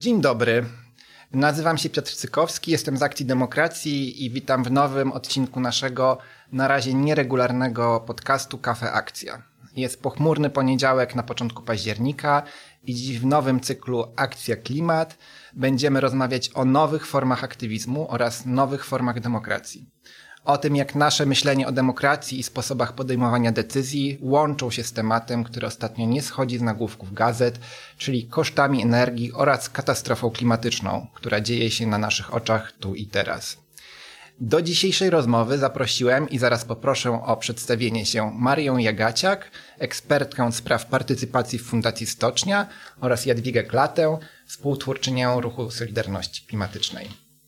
Dzień dobry, nazywam się Piotr Cykowski, jestem z Akcji Demokracji i witam w nowym odcinku naszego na razie nieregularnego podcastu Cafe Akcja. Jest pochmurny poniedziałek na początku października i dziś w nowym cyklu Akcja Klimat będziemy rozmawiać o nowych formach aktywizmu oraz nowych formach demokracji. O tym, jak nasze myślenie o demokracji i sposobach podejmowania decyzji łączą się z tematem, który ostatnio nie schodzi z nagłówków gazet, czyli kosztami energii oraz katastrofą klimatyczną, która dzieje się na naszych oczach tu i teraz. Do dzisiejszej rozmowy zaprosiłem i zaraz poproszę o przedstawienie się Marię Jagaciak, ekspertkę spraw partycypacji w Fundacji Stocznia, oraz Jadwigę Klatę, współtwórczynię Ruchu Solidarności Klimatycznej.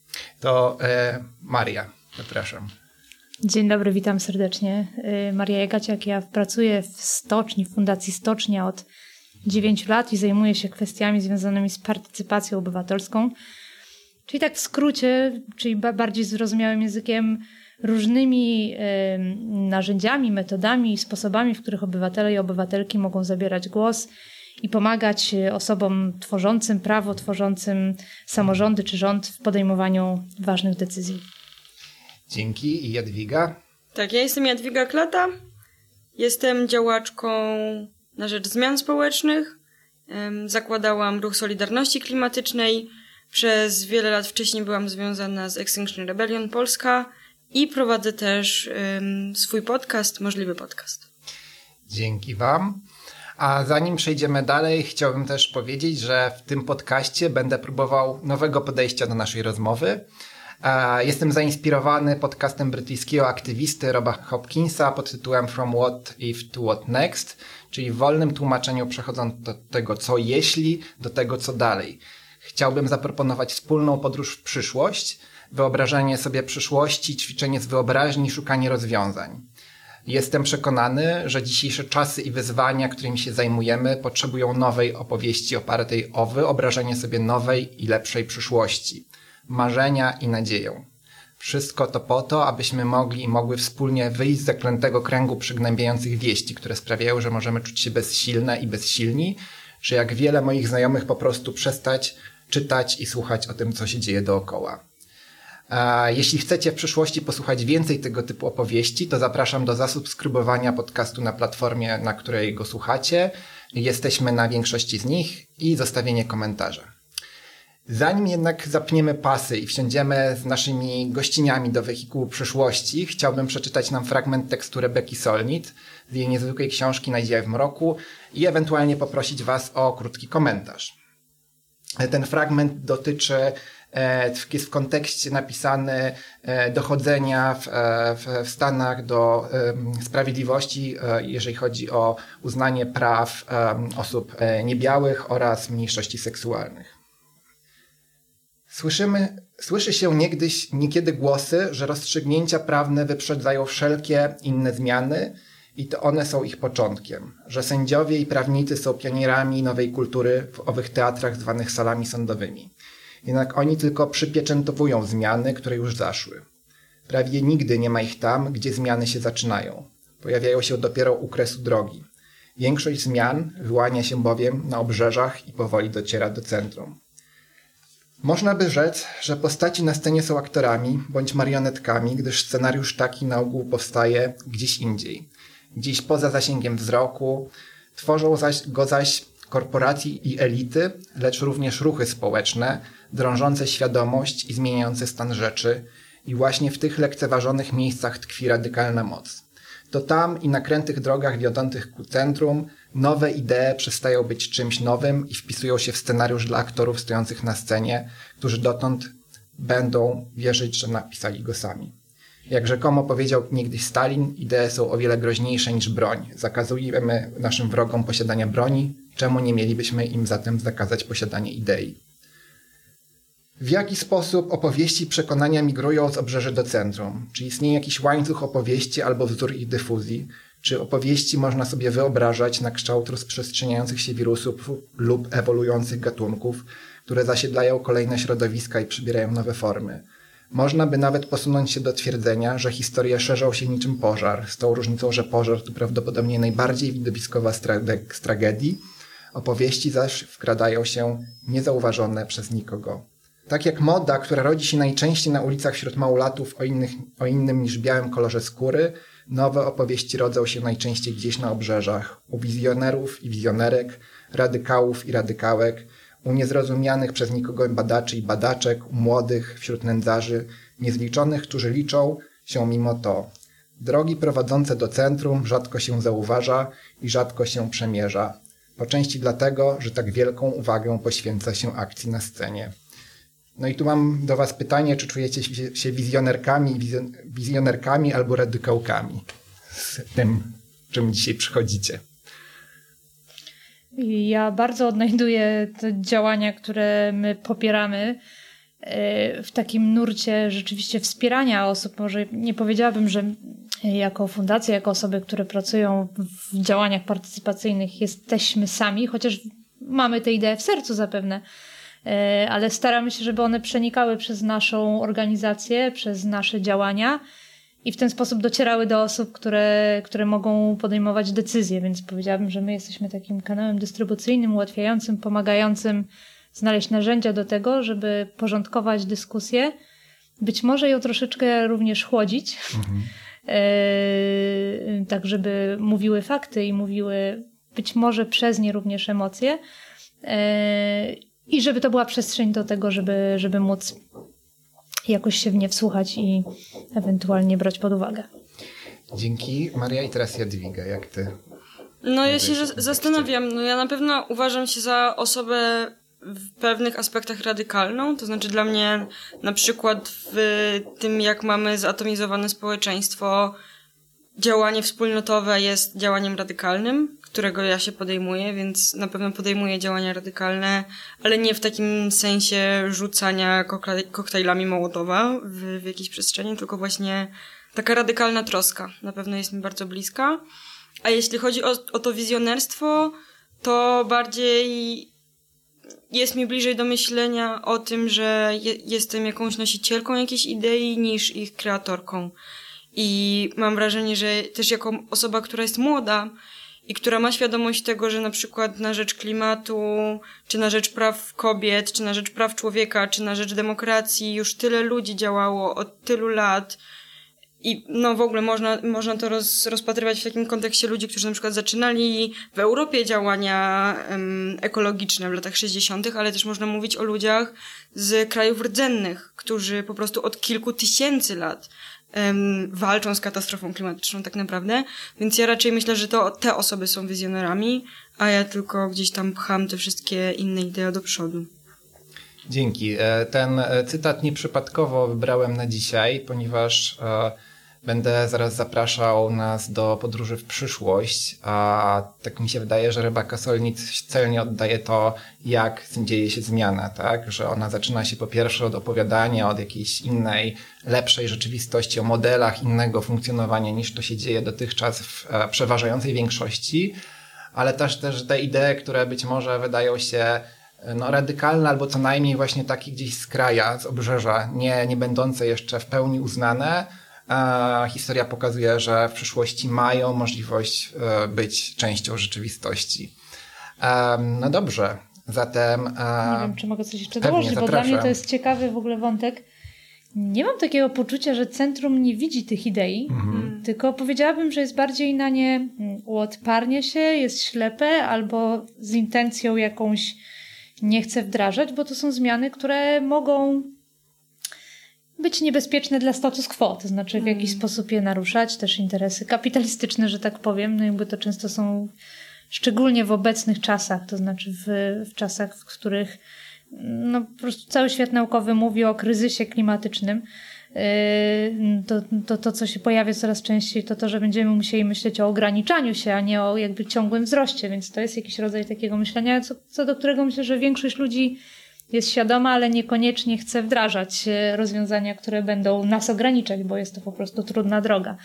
To Maria, zapraszam. Dzień dobry, witam serdecznie. Maria Jagaciak, ja pracuję w Stoczni, w Fundacji Stocznia od 9 lat i zajmuję się kwestiami związanymi z partycypacją obywatelską. Czyli tak w skrócie, czyli bardziej zrozumiałym językiem, różnymi narzędziami, metodami i sposobami, w których obywatele i obywatelki mogą zabierać głos i pomagać osobom tworzącym prawo, tworzącym samorządy czy rząd w podejmowaniu ważnych decyzji. Dzięki. I Jadwiga? Tak, ja jestem Jadwiga Klata. Jestem działaczką na rzecz zmian społecznych. Zakładałam Ruch Solidarności Klimatycznej. Przez wiele lat wcześniej byłam związana z Extinction Rebellion Polska i prowadzę też swój podcast, Możliwy Podcast. Dzięki Wam. A zanim przejdziemy dalej, chciałbym też powiedzieć, że w tym podcaście będę próbował nowego podejścia do naszej rozmowy. Jestem zainspirowany podcastem brytyjskiego aktywisty Roba Hopkinsa pod tytułem From What If to What Next, czyli w wolnym tłumaczeniu przechodząc do tego co jeśli, do tego co dalej. Chciałbym zaproponować wspólną podróż w przyszłość, wyobrażanie sobie przyszłości, ćwiczenie z wyobraźni, szukanie rozwiązań. Jestem przekonany, że dzisiejsze czasy i wyzwania, którymi się zajmujemy, potrzebują nowej opowieści opartej o wyobrażenie sobie nowej i lepszej przyszłości. Marzenia i nadzieją. Wszystko to po to, abyśmy mogli i mogły wspólnie wyjść z zaklętego kręgu przygnębiających wieści, które sprawiają, że możemy czuć się bezsilne i bezsilni, że jak wiele moich znajomych po prostu przestać czytać i słuchać o tym, co się dzieje dookoła. Jeśli chcecie w przyszłości posłuchać więcej tego typu opowieści, to zapraszam do zasubskrybowania podcastu na platformie, na której go słuchacie. Jesteśmy na większości z nich i zostawienie komentarza. Zanim jednak zapniemy pasy i wsiądziemy z naszymi gościniami do wehikułu przyszłości, chciałbym przeczytać nam fragment tekstu Rebeki Solnit z jej niezwykłej książki Nadzieja w mroku i ewentualnie poprosić Was o krótki komentarz. Ten fragment dotyczy, jest w kontekście napisany dochodzenia w Stanach do sprawiedliwości, jeżeli chodzi o uznanie praw osób niebiałych oraz mniejszości seksualnych. Słyszy się niekiedy głosy, że rozstrzygnięcia prawne wyprzedzają wszelkie inne zmiany i to one są ich początkiem, że sędziowie i prawnicy są pionierami nowej kultury w owych teatrach zwanych salami sądowymi. Jednak oni tylko przypieczętowują zmiany, które już zaszły. Prawie nigdy nie ma ich tam, gdzie zmiany się zaczynają. Pojawiają się dopiero u kresu drogi. Większość zmian wyłania się bowiem na obrzeżach i powoli dociera do centrum. Można by rzec, że postaci na scenie są aktorami bądź marionetkami, gdyż scenariusz taki na ogół powstaje gdzieś indziej. Gdzieś poza zasięgiem wzroku, tworzą go zaś korporacje i elity, lecz również ruchy społeczne, drążące świadomość i zmieniające stan rzeczy i właśnie w tych lekceważonych miejscach tkwi radykalna moc. To tam i na krętych drogach wiodących ku centrum nowe idee przestają być czymś nowym i wpisują się w scenariusz dla aktorów stojących na scenie, którzy dotąd będą wierzyć, że napisali go sami. Jak rzekomo powiedział niegdyś Stalin, idee są o wiele groźniejsze niż broń. Zakazujemy naszym wrogom posiadania broni, czemu nie mielibyśmy im zatem zakazać posiadania idei? W jaki sposób opowieści przekonania migrują z obrzeży do centrum? Czy istnieje jakiś łańcuch opowieści albo wzór ich dyfuzji? Czy opowieści można sobie wyobrażać na kształt rozprzestrzeniających się wirusów lub ewoluujących gatunków, które zasiedlają kolejne środowiska i przybierają nowe formy? Można by nawet posunąć się do twierdzenia, że historie szerzą się niczym pożar, z tą różnicą, że pożar to prawdopodobnie najbardziej widowiskowa z tragedii, Opowieści zaś wkradają się niezauważone przez nikogo. Tak jak moda, która rodzi się najczęściej na ulicach wśród małolatów o innym niż białym kolorze skóry, nowe opowieści rodzą się najczęściej gdzieś na obrzeżach, u wizjonerów i wizjonerek, radykałów i radykałek, u niezrozumianych przez nikogo badaczy i badaczek, u młodych, wśród nędzarzy, niezliczonych, którzy liczą się mimo to. Drogi prowadzące do centrum rzadko się zauważa i rzadko się przemierza. Po części dlatego, że tak wielką uwagę poświęca się akcji na scenie. No i tu mam do was pytanie, czy czujecie się wizjonerkami albo radykałkami z tym, czym dzisiaj przychodzicie? Ja bardzo odnajduję te działania, które my popieramy w takim nurcie rzeczywiście wspierania osób. Może nie powiedziałabym, że jako fundacja, jako osoby, które pracują w działaniach partycypacyjnych jesteśmy sami, chociaż mamy tę ideę w sercu zapewne, ale staramy się, żeby one przenikały przez naszą organizację, przez nasze działania i w ten sposób docierały do osób, które mogą podejmować decyzje, więc powiedziałabym, że my jesteśmy takim kanałem dystrybucyjnym, ułatwiającym, pomagającym znaleźć narzędzia do tego, żeby porządkować dyskusję, być może ją troszeczkę również chłodzić, tak żeby mówiły fakty i mówiły być może przez nie również emocje i żeby to była przestrzeń do tego, żeby móc jakoś się w nie wsłuchać i ewentualnie brać pod uwagę. Dzięki. Maria, i teraz Jadwiga, jak ty? No ja się zastanawiam, no ja na pewno uważam się za osobę w pewnych aspektach radykalną, to znaczy dla mnie na przykład w tym, jak mamy zatomizowane społeczeństwo, działanie wspólnotowe jest działaniem radykalnym, którego ja się podejmuję, więc na pewno podejmuję działania radykalne, ale nie w takim sensie rzucania koktajlami Mołotowa w jakiejś przestrzeni, tylko właśnie taka radykalna troska na pewno jest mi bardzo bliska. A jeśli chodzi o to wizjonerstwo, to bardziej jest mi bliżej do myślenia o tym, że jestem jakąś nosicielką jakiejś idei niż ich kreatorką. I mam wrażenie, że też jako osoba, która jest młoda i która ma świadomość tego, że na przykład na rzecz klimatu, czy na rzecz praw kobiet, czy na rzecz praw człowieka, czy na rzecz demokracji już tyle ludzi działało od tylu lat i no w ogóle można to rozpatrywać w takim kontekście ludzi, którzy na przykład zaczynali w Europie działania ekologiczne w latach 60., ale też można mówić o ludziach z krajów rdzennych, którzy po prostu od kilku tysięcy lat walczą z katastrofą klimatyczną tak naprawdę, więc ja raczej myślę, że to te osoby są wizjonerami, a ja tylko gdzieś tam pcham te wszystkie inne idee do przodu. Dzięki. Ten cytat nieprzypadkowo wybrałem na dzisiaj, ponieważ będę zaraz zapraszał nas do podróży w przyszłość, a tak mi się wydaje, że Rebeka Solnit celnie oddaje to, jak dzieje się zmiana, tak? Że ona zaczyna się po pierwsze od opowiadania, od jakiejś innej, lepszej rzeczywistości, o modelach innego funkcjonowania niż to się dzieje dotychczas w przeważającej większości, ale też te idee, które być może wydają się radykalne albo co najmniej właśnie takie gdzieś z kraja, z obrzeża, nie będące jeszcze w pełni uznane. Historia pokazuje, że w przyszłości mają możliwość być częścią rzeczywistości. No dobrze, zatem... Nie wiem, czy mogę coś jeszcze dołożyć, bo dla mnie to jest ciekawy w ogóle wątek. Nie mam takiego poczucia, że centrum nie widzi tych idei, tylko powiedziałabym, że jest bardziej na nie uodparnia się, jest ślepe albo z intencją jakąś nie chce wdrażać, bo to są zmiany, które mogą być niebezpieczne dla status quo, to znaczy w jakiś sposób je naruszać, też interesy kapitalistyczne, że tak powiem, no jakby to często są szczególnie w obecnych czasach, to znaczy w czasach, w których no po prostu cały świat naukowy mówi o kryzysie klimatycznym, to co się pojawia coraz częściej, to, że będziemy musieli myśleć o ograniczaniu się, a nie o jakby ciągłym wzroście, więc to jest jakiś rodzaj takiego myślenia, co do którego myślę, że większość ludzi jest świadoma, ale niekoniecznie chce wdrażać rozwiązania, które będą nas ograniczać, bo jest to po prostu trudna droga.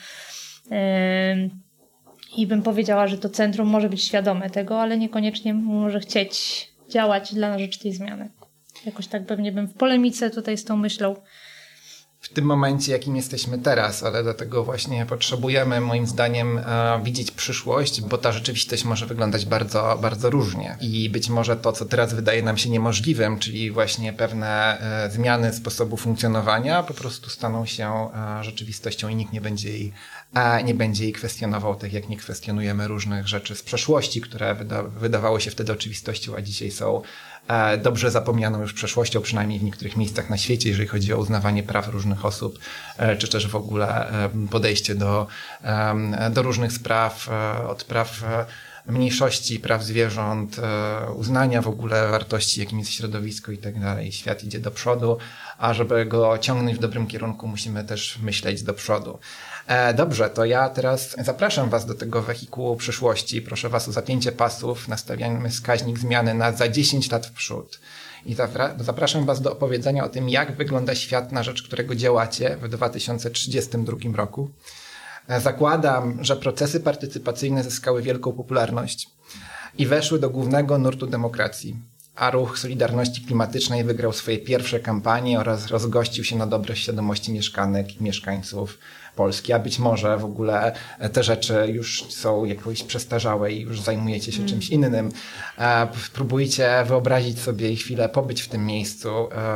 I bym powiedziała, że to centrum może być świadome tego, ale niekoniecznie może chcieć działać na rzecz tej zmiany. Jakoś tak pewnie bym w polemice tutaj z tą myślą w tym momencie, jakim jesteśmy teraz, ale dlatego właśnie potrzebujemy, moim zdaniem, widzieć przyszłość, bo ta rzeczywistość może wyglądać bardzo, bardzo różnie. I być może to, co teraz wydaje nam się niemożliwym, czyli właśnie pewne zmiany sposobu funkcjonowania, po prostu staną się rzeczywistością i nikt nie będzie jej kwestionował, tak jak nie kwestionujemy różnych rzeczy z przeszłości, które wydawały się wtedy oczywistością, a dzisiaj są dobrze zapomnianą już przeszłością, przynajmniej w niektórych miejscach na świecie, jeżeli chodzi o uznawanie praw różnych osób, czy też w ogóle podejście do różnych spraw, od praw mniejszości, praw zwierząt, uznania w ogóle wartości, jakim jest środowisko i tak dalej. Świat idzie do przodu, a żeby go ciągnąć w dobrym kierunku, musimy też myśleć do przodu. Dobrze, to ja teraz zapraszam Was do tego wehikułu przyszłości. Proszę Was o zapięcie pasów. Nastawiamy wskaźnik zmiany za 10 lat w przód. I zapraszam Was do opowiedzenia o tym, jak wygląda świat, na rzecz którego działacie w 2032 roku. Zakładam, że procesy partycypacyjne zyskały wielką popularność i weszły do głównego nurtu demokracji, a ruch Solidarności Klimatycznej wygrał swoje pierwsze kampanie oraz rozgościł się na dobre świadomości mieszkanek i mieszkańców Polski, a być może w ogóle te rzeczy już są jakoś przestarzałe i już zajmujecie się czymś innym. Spróbujcie wyobrazić sobie chwilę pobyć w tym miejscu,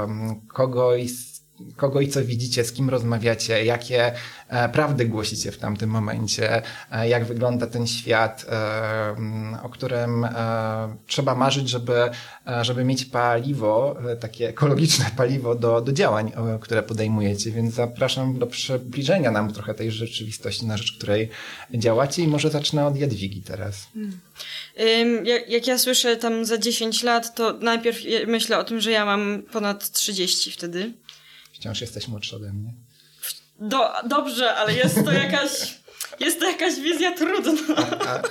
kogo i co widzicie, z kim rozmawiacie, jakie prawdy głosicie w tamtym momencie, jak wygląda ten świat, o którym trzeba marzyć, żeby mieć paliwo, takie ekologiczne paliwo do działań, które podejmujecie. Więc zapraszam do przybliżenia nam trochę tej rzeczywistości, na rzecz której działacie i może zacznę od Jadwigi teraz. Jak ja słyszę tam za 10 lat, to najpierw myślę o tym, że ja mam ponad 30 wtedy. Wciąż jesteś młodszy ode mnie. Dobrze, ale jest to jakaś wizja trudna.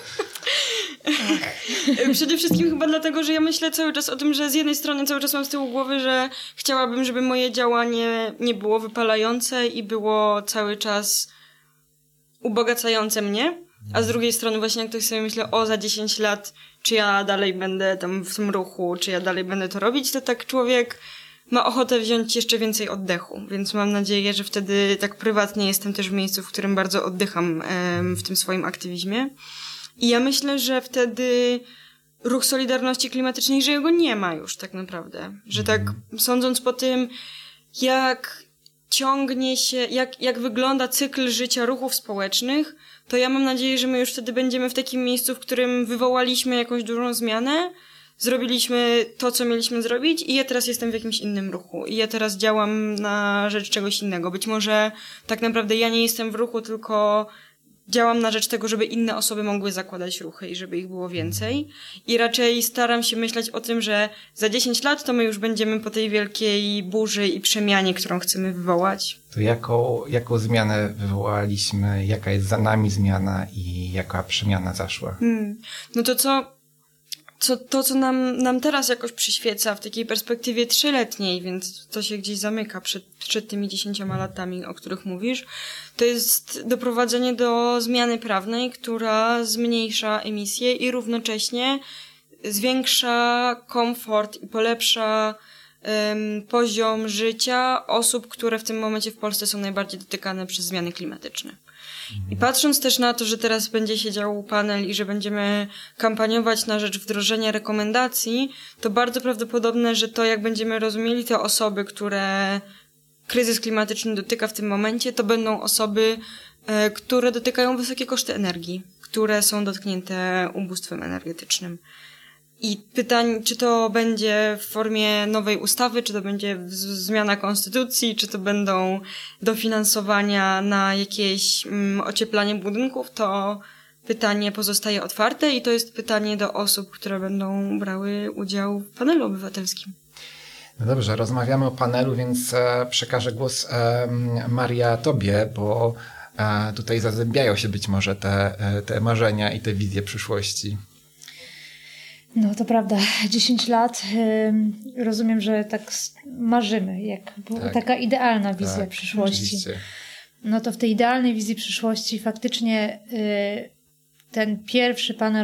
Przede wszystkim chyba dlatego, że ja myślę cały czas o tym, że z jednej strony cały czas mam z tyłu głowy, że chciałabym, żeby moje działanie nie było wypalające i było cały czas ubogacające mnie, a z drugiej strony właśnie jak ktoś sobie myślę, za 10 lat, czy ja dalej będę tam w tym ruchu, czy ja dalej będę to robić, to tak człowiek ma ochotę wziąć jeszcze więcej oddechu, więc mam nadzieję, że wtedy tak prywatnie jestem też w miejscu, w którym bardzo oddycham w tym swoim aktywizmie. I ja myślę, że wtedy ruch Solidarności Klimatycznej, że jego nie ma już tak naprawdę. Że tak sądząc po tym, jak ciągnie się, jak wygląda cykl życia ruchów społecznych, to ja mam nadzieję, że my już wtedy będziemy w takim miejscu, w którym wywołaliśmy jakąś dużą zmianę, zrobiliśmy to, co mieliśmy zrobić i ja teraz jestem w jakimś innym ruchu. I ja teraz działam na rzecz czegoś innego. Być może tak naprawdę ja nie jestem w ruchu, tylko działam na rzecz tego, żeby inne osoby mogły zakładać ruchy i żeby ich było więcej. I raczej staram się myśleć o tym, że za 10 lat to my już będziemy po tej wielkiej burzy i przemianie, którą chcemy wywołać. To jaką zmianę wywołaliśmy? Jaka jest za nami zmiana i jaka przemiana zaszła? No to co nam teraz jakoś przyświeca w takiej perspektywie 3-letniej, więc to się gdzieś zamyka przed tymi 10 latami, o których mówisz, to jest doprowadzenie do zmiany prawnej, która zmniejsza emisję i równocześnie zwiększa komfort i polepsza poziom życia osób, które w tym momencie w Polsce są najbardziej dotykane przez zmiany klimatyczne. I patrząc też na to, że teraz będzie się działo panel i że będziemy kampaniować na rzecz wdrożenia rekomendacji, to bardzo prawdopodobne, że to jak będziemy rozumieli te osoby, które kryzys klimatyczny dotyka w tym momencie, to będą osoby, które dotykają wysokie koszty energii, które są dotknięte ubóstwem energetycznym. I pytań, czy to będzie w formie nowej ustawy, czy to będzie zmiana konstytucji, czy to będą dofinansowania na jakieś ocieplanie budynków, to pytanie pozostaje otwarte i to jest pytanie do osób, które będą brały udział w panelu obywatelskim. No dobrze, rozmawiamy o panelu, więc przekażę głos Maria tobie, bo tutaj zazębiają się być może te marzenia i te wizje przyszłości. No to prawda, 10 lat, rozumiem, że tak marzymy, taka idealna wizja przyszłości. Oczywiście. No to w tej idealnej wizji przyszłości faktycznie ten pierwszy panel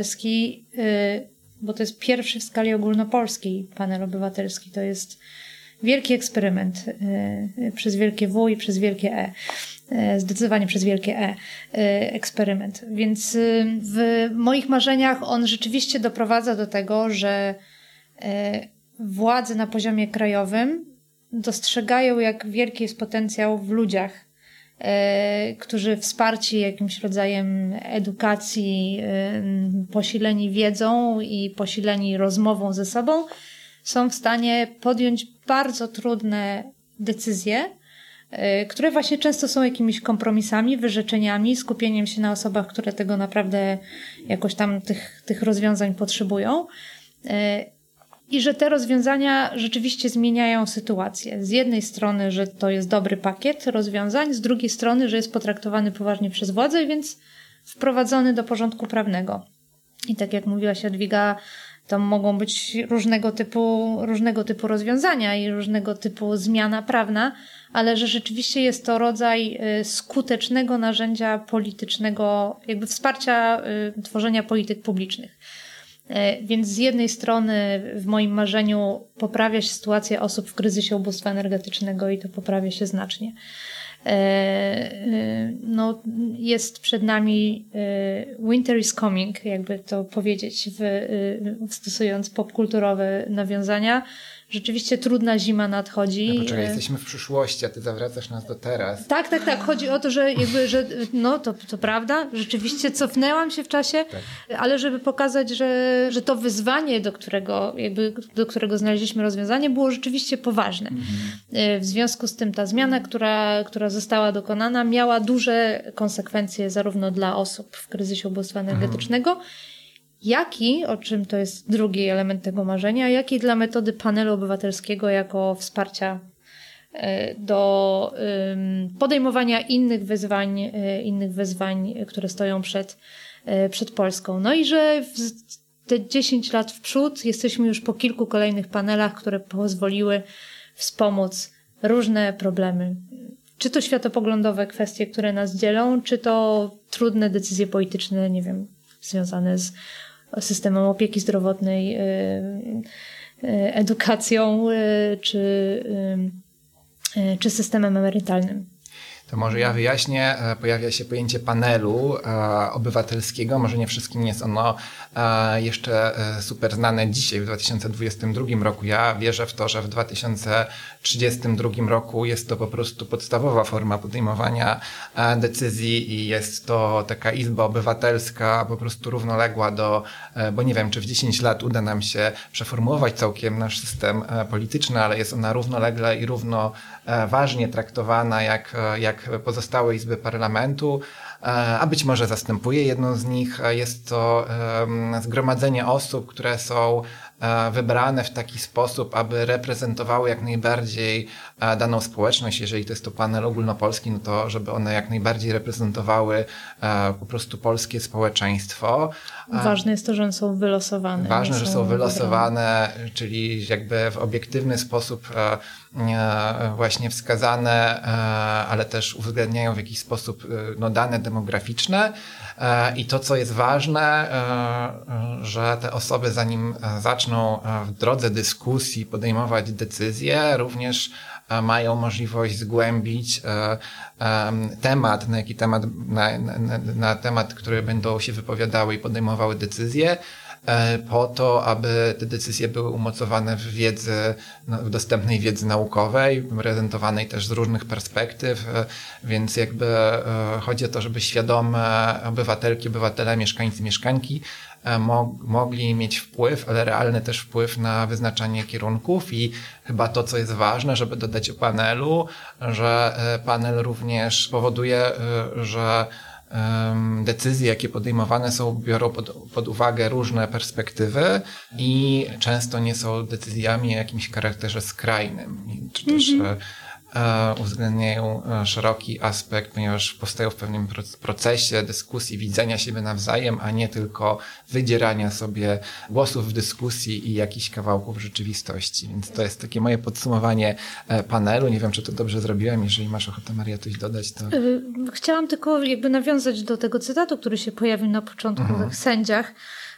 obywatelski, bo to jest pierwszy w skali ogólnopolskiej panel obywatelski, to jest wielki eksperyment przez wielkie W i przez wielkie E. Zdecydowanie przez wielkie E eksperyment. Więc w moich marzeniach on rzeczywiście doprowadza do tego, że władze na poziomie krajowym dostrzegają, jak wielki jest potencjał w ludziach, którzy wsparci jakimś rodzajem edukacji, posileni wiedzą i posileni rozmową ze sobą, są w stanie podjąć bardzo trudne decyzje, które właśnie często są jakimiś kompromisami, wyrzeczeniami, skupieniem się na osobach, które tego naprawdę jakoś tam tych rozwiązań potrzebują. I że te rozwiązania rzeczywiście zmieniają sytuację. Z jednej strony, że to jest dobry pakiet rozwiązań, z drugiej strony, że jest potraktowany poważnie przez władzę, więc wprowadzony do porządku prawnego. I tak jak mówiłaś, Jadwiga, to mogą być różnego typu rozwiązania i różnego typu zmiana prawna, ale że rzeczywiście jest to rodzaj skutecznego narzędzia politycznego, jakby wsparcia tworzenia polityk publicznych. Więc z jednej strony w moim marzeniu poprawia się sytuacja osób w kryzysie ubóstwa energetycznego i to poprawia się znacznie. No, jest przed nami winter is coming, jakby to powiedzieć, stosując popkulturowe nawiązania. Rzeczywiście trudna zima nadchodzi. No poczekaj, jesteśmy w przyszłości, a ty zawracasz nas do teraz. Tak. Chodzi o to, że to prawda, rzeczywiście cofnęłam się w czasie, ale żeby pokazać, że to wyzwanie, do którego znaleźliśmy rozwiązanie, było rzeczywiście poważne. W związku z tym ta zmiana, która została dokonana, miała duże konsekwencje zarówno dla osób w kryzysie ubóstwa energetycznego, o czym to jest drugi element tego marzenia, jak i dla metody panelu obywatelskiego jako wsparcia do podejmowania innych wyzwań, które stoją przed Polską. No i że te 10 lat w przód jesteśmy już po kilku kolejnych panelach, które pozwoliły wspomóc różne problemy. Czy to światopoglądowe kwestie, które nas dzielą, czy to trudne decyzje polityczne, nie wiem, związane z systemem opieki zdrowotnej, edukacją czy systemem emerytalnym. To może ja wyjaśnię. Pojawia się pojęcie panelu obywatelskiego. Może nie wszystkim jest ono jeszcze super znane dzisiaj, w 2022 roku. Ja wierzę w to, że w 2032 roku jest to po prostu podstawowa forma podejmowania decyzji i jest to taka izba obywatelska po prostu równoległa bo nie wiem, czy w 10 lat uda nam się przeformułować całkiem nasz system polityczny, ale jest ona równolegle i równo ważnie traktowana jak pozostałe izby parlamentu, a być może zastępuje jedną z nich. Jest to zgromadzenie osób, które są wybrane w taki sposób, aby reprezentowały jak najbardziej daną społeczność. Jeżeli to jest to panel ogólnopolski, no to żeby one jak najbardziej reprezentowały po prostu polskie społeczeństwo. Ważne jest to, że one są wylosowane. Ważne, że są wylosowane, czyli jakby w obiektywny sposób właśnie wskazane, ale też uwzględniają w jakiś sposób dane demograficzne. I to, co jest ważne, że te osoby, zanim zaczną w drodze dyskusji podejmować decyzje, również mają możliwość zgłębić temat, na temat, który będą się wypowiadały i podejmowały decyzje, po to, aby te decyzje były umocowane w dostępnej wiedzy naukowej, prezentowanej też z różnych perspektyw, więc jakby chodzi o to, żeby świadome obywatelki, obywatele, mieszkańcy, mieszkanki mogli mieć wpływ, ale realny też wpływ na wyznaczanie kierunków i chyba to, co jest ważne, żeby dodać o panelu, że panel również powoduje, że decyzje, jakie podejmowane są, biorą pod uwagę różne perspektywy i często nie są decyzjami o jakimś charakterze skrajnym, czy też uwzględniają szeroki aspekt, ponieważ powstają w pewnym procesie dyskusji, widzenia siebie nawzajem, a nie tylko wydzierania sobie głosów w dyskusji i jakichś kawałków rzeczywistości. Więc to jest takie moje podsumowanie panelu. Nie wiem, czy to dobrze zrobiłem. Jeżeli masz ochotę, Maria, coś dodać, to... Chciałam tylko jakby nawiązać do tego cytatu, który się pojawił na początku o tych sędziach.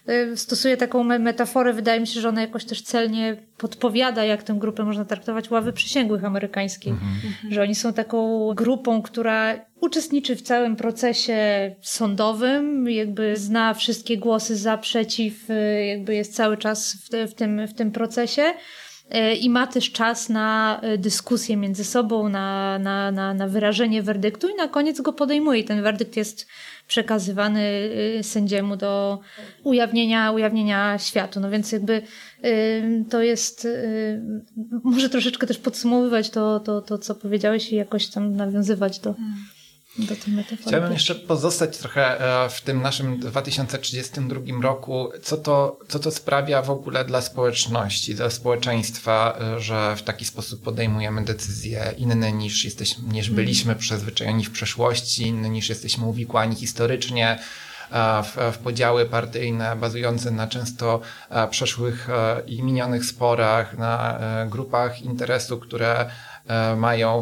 stosuję taką metaforę, wydaje mi się, że ona jakoś też celnie podpowiada, jak tę grupę można traktować, ławy przysięgłych amerykańskiej. Że oni są taką grupą, która uczestniczy w całym procesie sądowym, jakby zna wszystkie głosy za, przeciw, jakby jest cały czas w tym procesie. I ma też czas na dyskusję między sobą, na wyrażenie werdyktu i na koniec go podejmuje. I ten werdykt jest przekazywany sędziemu do ujawnienia światu. No więc jakby to jest, może troszeczkę też podsumowywać to, co powiedziałeś i jakoś tam nawiązywać do tej metafory. Chciałbym jeszcze pozostać trochę w tym naszym 2032 roku. Co to sprawia w ogóle dla społeczności, dla społeczeństwa, że w taki sposób podejmujemy decyzje inne niż byliśmy przyzwyczajeni w przeszłości, inne niż jesteśmy uwikłani historycznie w podziały partyjne bazujące na często przeszłych i minionych sporach, na grupach interesu, które mają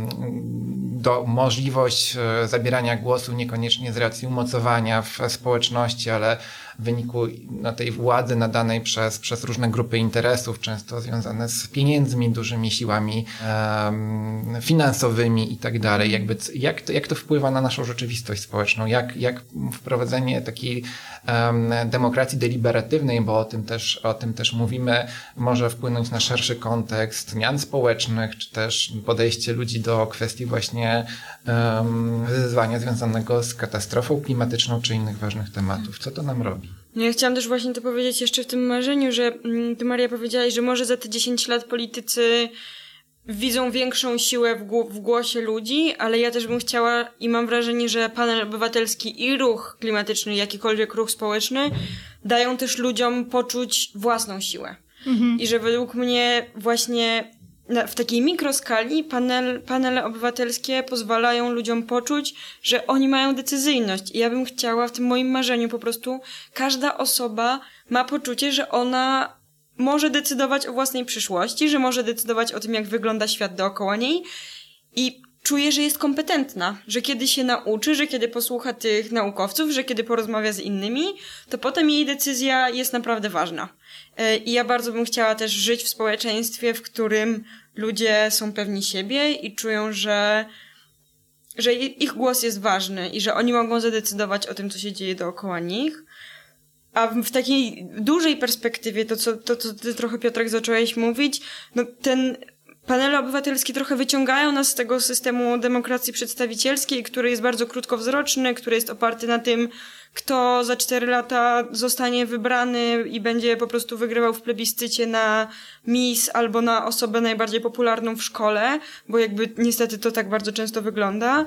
możliwość zabierania głosu niekoniecznie z racji umocowania w społeczności, ale w wyniku tej władzy nadanej przez różne grupy interesów, często związane z pieniędzmi, dużymi siłami finansowymi i tak dalej. Jak to wpływa na naszą rzeczywistość społeczną? Jak wprowadzenie takiej demokracji deliberatywnej, bo o tym też mówimy, może wpłynąć na szerszy kontekst zmian społecznych, czy też podejście ludzi do kwestii właśnie wyzwania związanego z katastrofą klimatyczną, czy innych ważnych tematów. Co to nam robi? No ja chciałam też właśnie to powiedzieć jeszcze w tym marzeniu, że ty, Maria, powiedziałaś, że może za te 10 lat politycy widzą większą siłę w głosie ludzi, ale ja też bym chciała i mam wrażenie, że panel obywatelski i ruch klimatyczny, jakikolwiek ruch społeczny dają też ludziom poczuć własną siłę. I że według mnie właśnie w takiej mikroskali panele obywatelskie pozwalają ludziom poczuć, że oni mają decyzyjność. I ja bym chciała w tym moim marzeniu po prostu każda osoba ma poczucie, że ona może decydować o własnej przyszłości, że może decydować o tym, jak wygląda świat dookoła niej i czuje, że jest kompetentna, że kiedy się nauczy, że kiedy posłucha tych naukowców, że kiedy porozmawia z innymi, to potem jej decyzja jest naprawdę ważna. I ja bardzo bym chciała też żyć w społeczeństwie, w którym ludzie są pewni siebie i czują, że ich głos jest ważny i że oni mogą zadecydować o tym, co się dzieje dookoła nich. A w takiej dużej perspektywie, to co ty trochę, Piotrek, zacząłeś mówić, no panele obywatelskie trochę wyciągają nas z tego systemu demokracji przedstawicielskiej, który jest bardzo krótkowzroczny, który jest oparty na tym, kto za 4 lata zostanie wybrany i będzie po prostu wygrywał w plebiscycie na Miss albo na osobę najbardziej popularną w szkole, bo jakby niestety to tak bardzo często wygląda.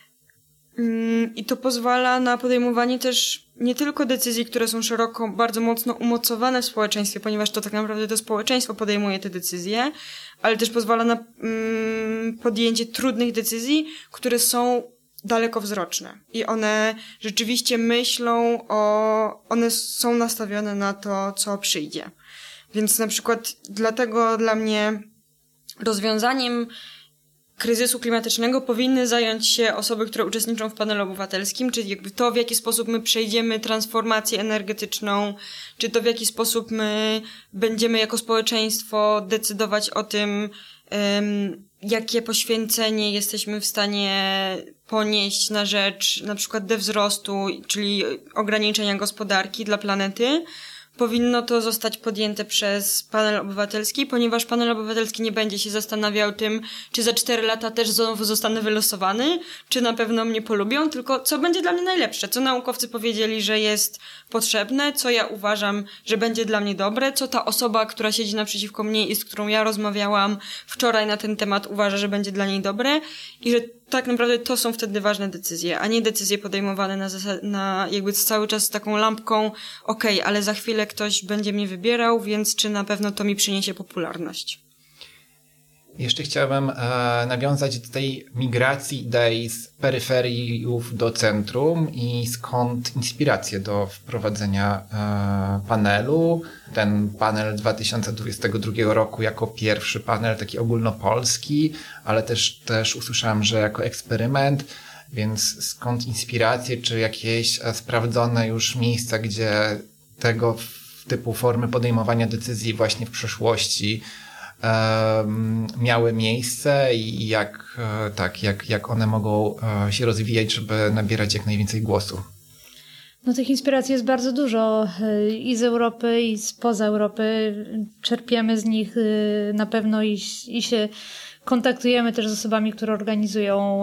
I to pozwala na podejmowanie też nie tylko decyzji, które są szeroko, bardzo mocno umocowane w społeczeństwie, ponieważ to tak naprawdę to społeczeństwo podejmuje te decyzje, ale też pozwala na podjęcie trudnych decyzji, które są dalekowzroczne. I one rzeczywiście one są nastawione na to, co przyjdzie. Więc na przykład dlatego dla mnie rozwiązaniem kryzysu klimatycznego powinny zająć się osoby, które uczestniczą w panelu obywatelskim, czyli jakby to, w jaki sposób my przejdziemy transformację energetyczną, czy to, w jaki sposób my będziemy jako społeczeństwo decydować o tym, jakie poświęcenie jesteśmy w stanie ponieść na rzecz na przykład dewzrostu, czyli ograniczenia gospodarki dla planety. Powinno to zostać podjęte przez panel obywatelski, ponieważ panel obywatelski nie będzie się zastanawiał tym, czy za 4 lata też znowu zostanę wylosowany, czy na pewno mnie polubią, tylko co będzie dla mnie najlepsze, co naukowcy powiedzieli, że jest potrzebne, co ja uważam, że będzie dla mnie dobre, co ta osoba, która siedzi naprzeciwko mnie i z którą ja rozmawiałam wczoraj na ten temat, uważa, że będzie dla niej dobre i że tak naprawdę to są wtedy ważne decyzje, a nie decyzje podejmowane na jakby cały czas z taką lampką, okej, ale za chwilę ktoś będzie mnie wybierał, więc czy na pewno to mi przyniesie popularność. Jeszcze chciałbym nawiązać do tej migracji idei z peryferiów do centrum i skąd inspiracje do wprowadzenia panelu. Ten panel 2022 roku jako pierwszy panel taki ogólnopolski, ale też usłyszałem, że jako eksperyment, więc skąd inspiracje, czy jakieś sprawdzone już miejsca, gdzie tego typu formy podejmowania decyzji właśnie w przeszłości miały miejsce i jak one mogą się rozwijać, żeby nabierać jak najwięcej głosu? No tych inspiracji jest bardzo dużo i z Europy, i spoza Europy. Czerpiemy z nich na pewno i się kontaktujemy też z osobami, które organizują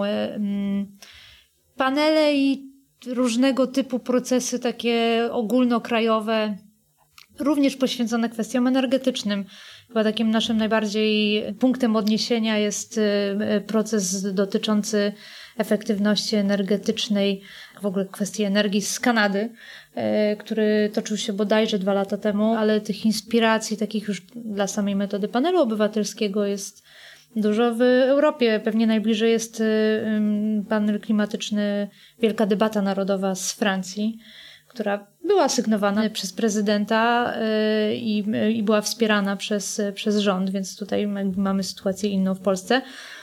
panele i różnego typu procesy takie ogólnokrajowe, również poświęcone kwestiom energetycznym. Chyba takim naszym najbardziej punktem odniesienia jest proces dotyczący efektywności energetycznej, w ogóle kwestii energii z Kanady, który toczył się bodajże 2 lata temu, ale tych inspiracji takich już dla samej metody panelu obywatelskiego jest dużo w Europie. Pewnie najbliżej jest panel klimatyczny Wielka Debata Narodowa z Francji, która była sygnowana przez prezydenta i była wspierana przez rząd, więc tutaj mamy sytuację inną w Polsce.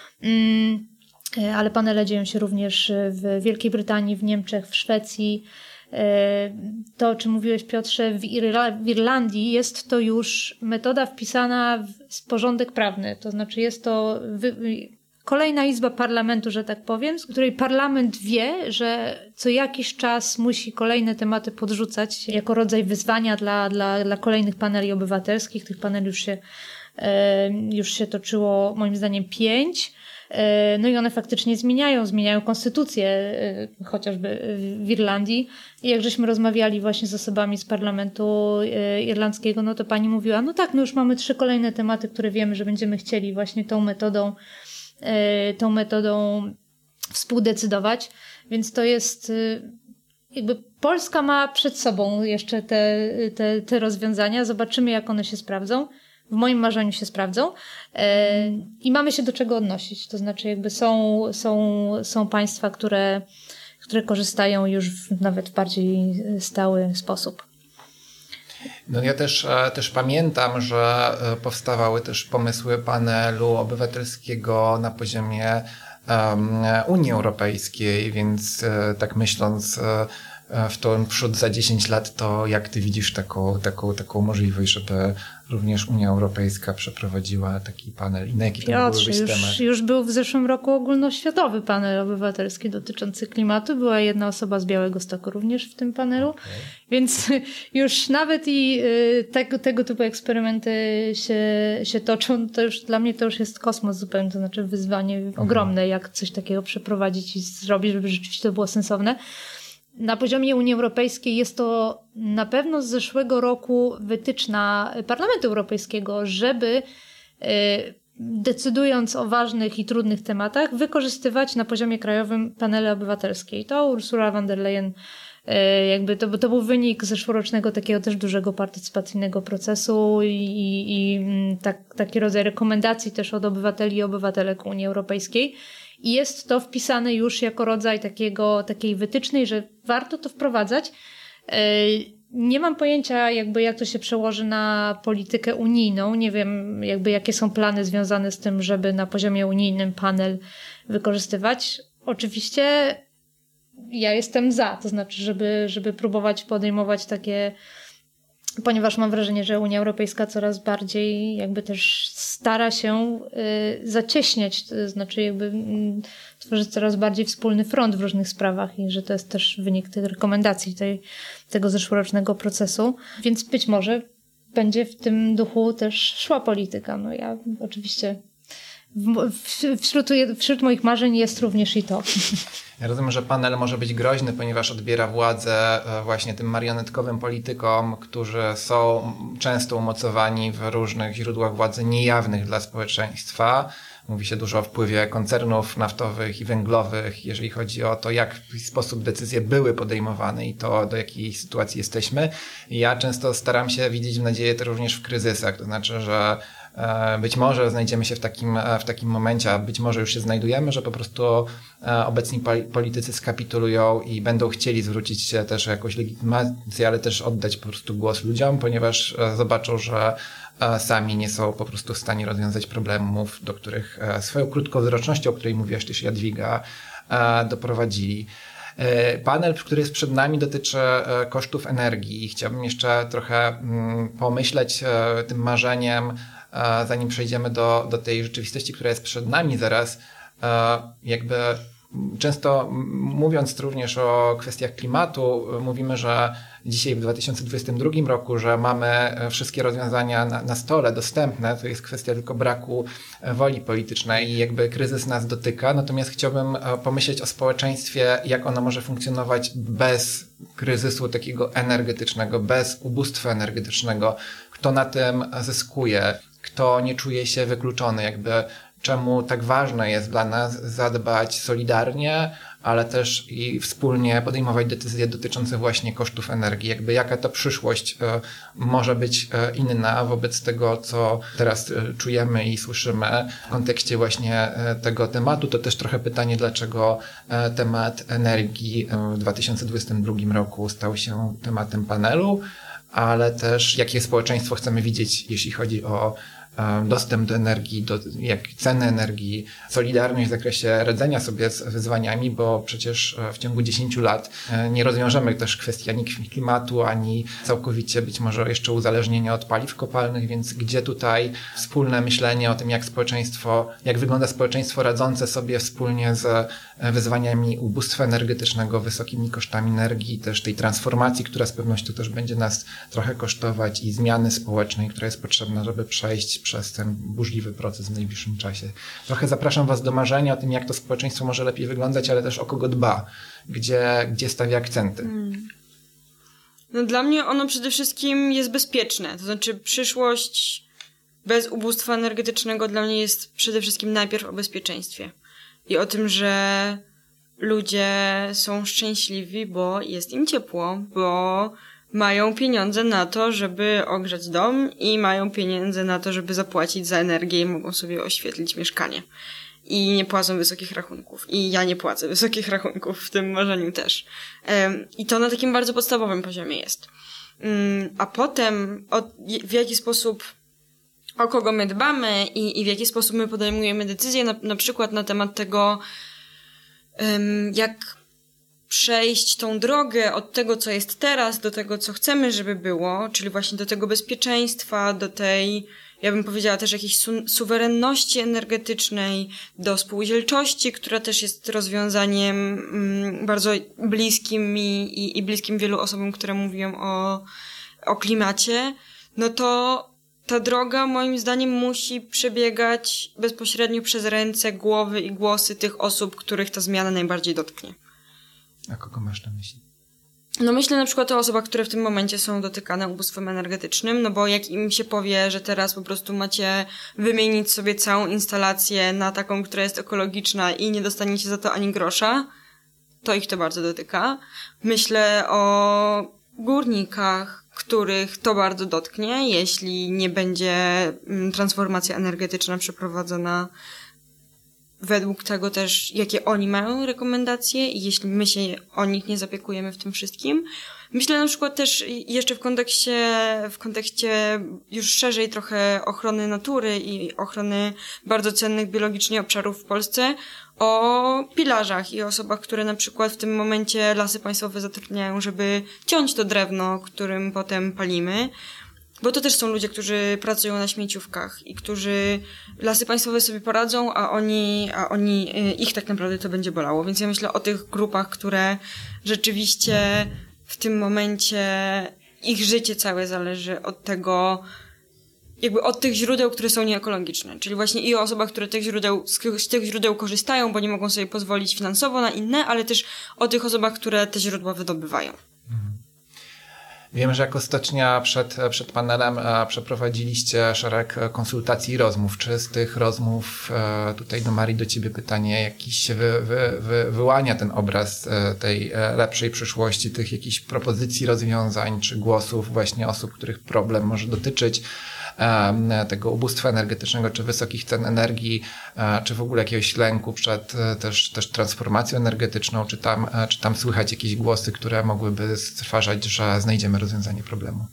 Ale panele dzieją się również w Wielkiej Brytanii, w Niemczech, w Szwecji. To, o czym mówiłeś, Piotrze, w Irlandii jest to już metoda wpisana w porządek prawny. To znaczy jest to kolejna izba parlamentu, że tak powiem, z której parlament wie, że co jakiś czas musi kolejne tematy podrzucać jako rodzaj wyzwania dla kolejnych paneli obywatelskich. Tych paneli już się toczyło moim zdaniem 5. No i one faktycznie zmieniają konstytucję, chociażby w Irlandii. I jak żeśmy rozmawiali właśnie z osobami z parlamentu irlandzkiego, no to pani mówiła, no tak, no już mamy 3 kolejne tematy, które wiemy, że będziemy chcieli właśnie tą metodą współdecydować. Więc to jest jakby Polska ma przed sobą jeszcze te rozwiązania. Zobaczymy, jak one się sprawdzą. W moim marzeniu się sprawdzą i mamy się do czego odnosić. To znaczy jakby są państwa, które korzystają już nawet w bardziej stały sposób. No ja też pamiętam, że powstawały też pomysły panelu obywatelskiego na poziomie Unii Europejskiej, więc tak myśląc w tą przód za 10 lat, to jak ty widzisz taką możliwość, żeby również Unia Europejska przeprowadziła taki panel i na jaki to mógłby być temat? Już był w zeszłym roku ogólnoświatowy panel obywatelski dotyczący klimatu. Była jedna osoba z Białegostoku również w tym panelu. Okay. Więc już nawet i tego typu eksperymenty się toczą. To już dla mnie to już jest kosmos zupełnie, to znaczy wyzwanie ogromne, jak coś takiego przeprowadzić i zrobić, żeby rzeczywiście to było sensowne. Na poziomie Unii Europejskiej jest to na pewno z zeszłego roku wytyczna Parlamentu Europejskiego, żeby decydując o ważnych i trudnych tematach, wykorzystywać na poziomie krajowym panele obywatelskie. I to Ursula von der Leyen jakby to był wynik zeszłorocznego takiego też dużego partycypacyjnego procesu i taki rodzaj rekomendacji też od obywateli i obywatelek Unii Europejskiej. I jest to wpisane już jako rodzaj takiej wytycznej, że warto to wprowadzać. Nie mam pojęcia jak to się przełoży na politykę unijną. Nie wiem jakie są plany związane z tym, żeby na poziomie unijnym panel wykorzystywać. Oczywiście ja jestem za, to znaczy żeby próbować podejmować takie, ponieważ mam wrażenie, że Unia Europejska coraz bardziej też stara się zacieśniać, to znaczy tworzyć coraz bardziej wspólny front w różnych sprawach i że to jest też wynik tych rekomendacji tego zeszłorocznego procesu, więc być może będzie w tym duchu też szła polityka. No ja oczywiście wśród moich marzeń jest również i to. Ja rozumiem, że panel może być groźny, ponieważ odbiera władzę właśnie tym marionetkowym politykom, którzy są często umocowani w różnych źródłach władzy niejawnych dla społeczeństwa. Mówi się dużo o wpływie koncernów naftowych i węglowych, jeżeli chodzi o to, w jaki sposób decyzje były podejmowane i to, do jakiej sytuacji jesteśmy. Ja często staram się widzieć nadzieję to również w kryzysach, to znaczy, że być może znajdziemy się w takim momencie, a być może już się znajdujemy, że po prostu obecni politycy skapitulują i będą chcieli zwrócić się też o jakąś legitymację, ale też oddać po prostu głos ludziom, ponieważ zobaczą, że sami nie są po prostu w stanie rozwiązać problemów, do których swoją krótkowzrocznością, o której mówiłaś też Jadwiga, doprowadzili. Panel, który jest przed nami, dotyczy kosztów energii i chciałbym jeszcze trochę pomyśleć tym marzeniem, zanim przejdziemy do tej rzeczywistości, która jest przed nami zaraz, jakby często mówiąc również o kwestiach klimatu, mówimy, że dzisiaj w 2022 roku, że mamy wszystkie rozwiązania na stole dostępne, to jest kwestia tylko braku woli politycznej i jakby kryzys nas dotyka. Natomiast chciałbym pomyśleć o społeczeństwie, jak ono może funkcjonować bez kryzysu takiego energetycznego, bez ubóstwa energetycznego. Kto na tym zyskuje, kto nie czuje się wykluczony, jakby czemu tak ważne jest dla nas zadbać solidarnie, ale też i wspólnie podejmować decyzje dotyczące właśnie kosztów energii. Jakby jaka ta przyszłość może być inna wobec tego, co teraz czujemy i słyszymy w kontekście właśnie tego tematu. To też trochę pytanie, dlaczego temat energii w 2022 roku stał się tematem panelu, ale też jakie społeczeństwo chcemy widzieć, jeśli chodzi o dostęp do energii, jak ceny energii, solidarność w zakresie radzenia sobie z wyzwaniami, bo przecież w ciągu 10 lat nie rozwiążemy też kwestii ani klimatu, ani całkowicie być może jeszcze uzależnienia od paliw kopalnych, więc gdzie tutaj wspólne myślenie o tym, jak wygląda społeczeństwo radzące sobie wspólnie z wyzwaniami ubóstwa energetycznego, wysokimi kosztami energii, też tej transformacji, która z pewnością też będzie nas trochę kosztować i zmiany społecznej, która jest potrzebna, żeby przejść przez ten burzliwy proces w najbliższym czasie. Trochę zapraszam Was do marzenia o tym, jak to społeczeństwo może lepiej wyglądać, ale też o kogo dba, gdzie stawia akcenty. No dla mnie ono przede wszystkim jest bezpieczne. To znaczy przyszłość bez ubóstwa energetycznego dla mnie jest przede wszystkim najpierw o bezpieczeństwie. I o tym, że ludzie są szczęśliwi, bo jest im ciepło, bo mają pieniądze na to, żeby ogrzać dom i mają pieniądze na to, żeby zapłacić za energię i mogą sobie oświetlić mieszkanie. I nie płacą wysokich rachunków. I ja nie płacę wysokich rachunków w tym marzeniu też. I to na takim bardzo podstawowym poziomie jest. A potem w jaki sposób, o kogo my dbamy i w jaki sposób my podejmujemy decyzje, na przykład na temat tego, jak przejść tą drogę od tego, co jest teraz, do tego, co chcemy, żeby było, czyli właśnie do tego bezpieczeństwa, do tej, ja bym powiedziała też jakiejś suwerenności energetycznej, do spółdzielczości, która też jest rozwiązaniem bardzo bliskim mi i bliskim wielu osobom, które mówią o klimacie, no to ta droga moim zdaniem musi przebiegać bezpośrednio przez ręce, głowy i głosy tych osób, których ta zmiana najbardziej dotknie. A kogo masz na myśli? No myślę na przykład o osobach, które w tym momencie są dotykane ubóstwem energetycznym, no bo jak im się powie, że teraz po prostu macie wymienić sobie całą instalację na taką, która jest ekologiczna i nie dostaniecie za to ani grosza, to ich to bardzo dotyka. Myślę o górnikach, których to bardzo dotknie, jeśli nie będzie transformacja energetyczna przeprowadzona według tego też, jakie oni mają rekomendacje i jeśli my się o nich nie zaopiekujemy w tym wszystkim. Myślę na przykład też jeszcze w kontekście już szerzej trochę ochrony natury i ochrony bardzo cennych biologicznie obszarów w Polsce, o pilarzach i osobach, które na przykład w tym momencie Lasy Państwowe zatrudniają, żeby ciąć to drewno, którym potem palimy. Bo to też są ludzie, którzy pracują na śmieciówkach i którzy Lasy Państwowe sobie poradzą, a ich tak naprawdę to będzie bolało. Więc ja myślę o tych grupach, które rzeczywiście w tym momencie ich życie całe zależy od tego, jakby od tych źródeł, które są nieekologiczne. Czyli właśnie i o osobach, które z tych źródeł korzystają, bo nie mogą sobie pozwolić finansowo na inne, ale też o tych osobach, które te źródła wydobywają. Wiem, że jako stocznia przed panelem przeprowadziliście szereg konsultacji i rozmów. Czy z tych rozmów, tutaj do Marii, do Ciebie pytanie, jakiś wyłania ten obraz tej lepszej przyszłości, tych jakichś propozycji rozwiązań, czy głosów właśnie osób, których problem może dotyczyć tego ubóstwa energetycznego, czy wysokich cen energii, czy w ogóle jakiegoś lęku przed też transformacją energetyczną, czy tam słychać jakieś głosy, które mogłyby stwarzać, że znajdziemy rozwiązanie problemu?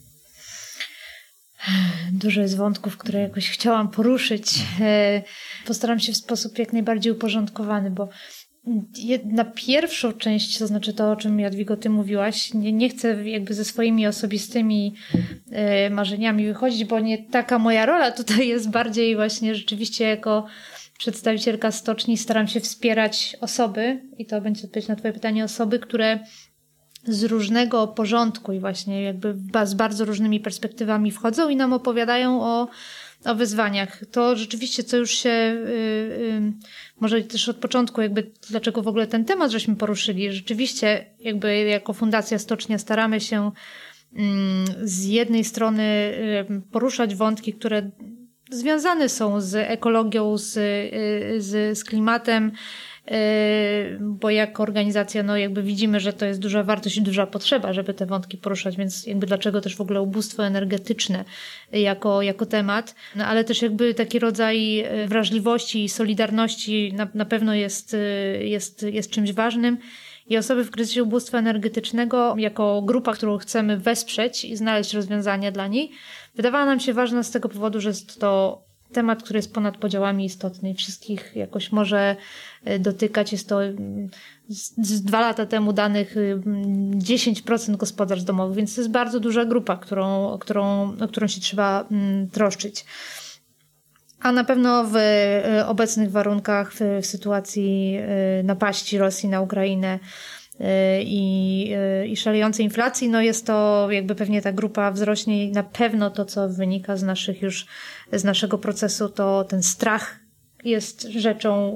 Dużo jest wątków, które jakoś chciałam poruszyć. Postaram się w sposób jak najbardziej uporządkowany, bo na pierwszą część, to znaczy to, o czym Jadwigo ty mówiłaś, nie chcę jakby ze swoimi osobistymi marzeniami wychodzić, bo nie taka moja rola tutaj jest, bardziej właśnie rzeczywiście jako przedstawicielka stoczni staram się wspierać osoby, i to będzie odpowiedź na twoje pytanie, osoby, które z różnego porządku i właśnie jakby z bardzo różnymi perspektywami wchodzą i nam opowiadają o wyzwaniach. To rzeczywiście, co już się może też od początku jakby dlaczego w ogóle ten temat żeśmy poruszyli. Rzeczywiście jakby jako Fundacja Stocznia staramy się z jednej strony poruszać wątki, które związane są z ekologią, z klimatem, bo jako organizacja no jakby widzimy, że to jest duża wartość i duża potrzeba, żeby te wątki poruszać, więc jakby dlaczego też w ogóle ubóstwo energetyczne jako temat, no ale też jakby taki rodzaj wrażliwości i solidarności na pewno jest czymś ważnym. I osoby w kryzysie ubóstwa energetycznego jako grupa, którą chcemy wesprzeć i znaleźć rozwiązania dla niej, wydawała nam się ważna z tego powodu, że jest to temat, który jest ponad podziałami istotny i wszystkich jakoś może dotykać. Jest to z 2 lata temu danych 10% gospodarstw domowych, więc to jest bardzo duża grupa, o którą się trzeba troszczyć. A na pewno w obecnych warunkach, w sytuacji napaści Rosji na Ukrainę i szalejącej inflacji, no jest to jakby pewnie ta grupa wzrośnie i na pewno to, co wynika z naszego procesu, to ten strach jest rzeczą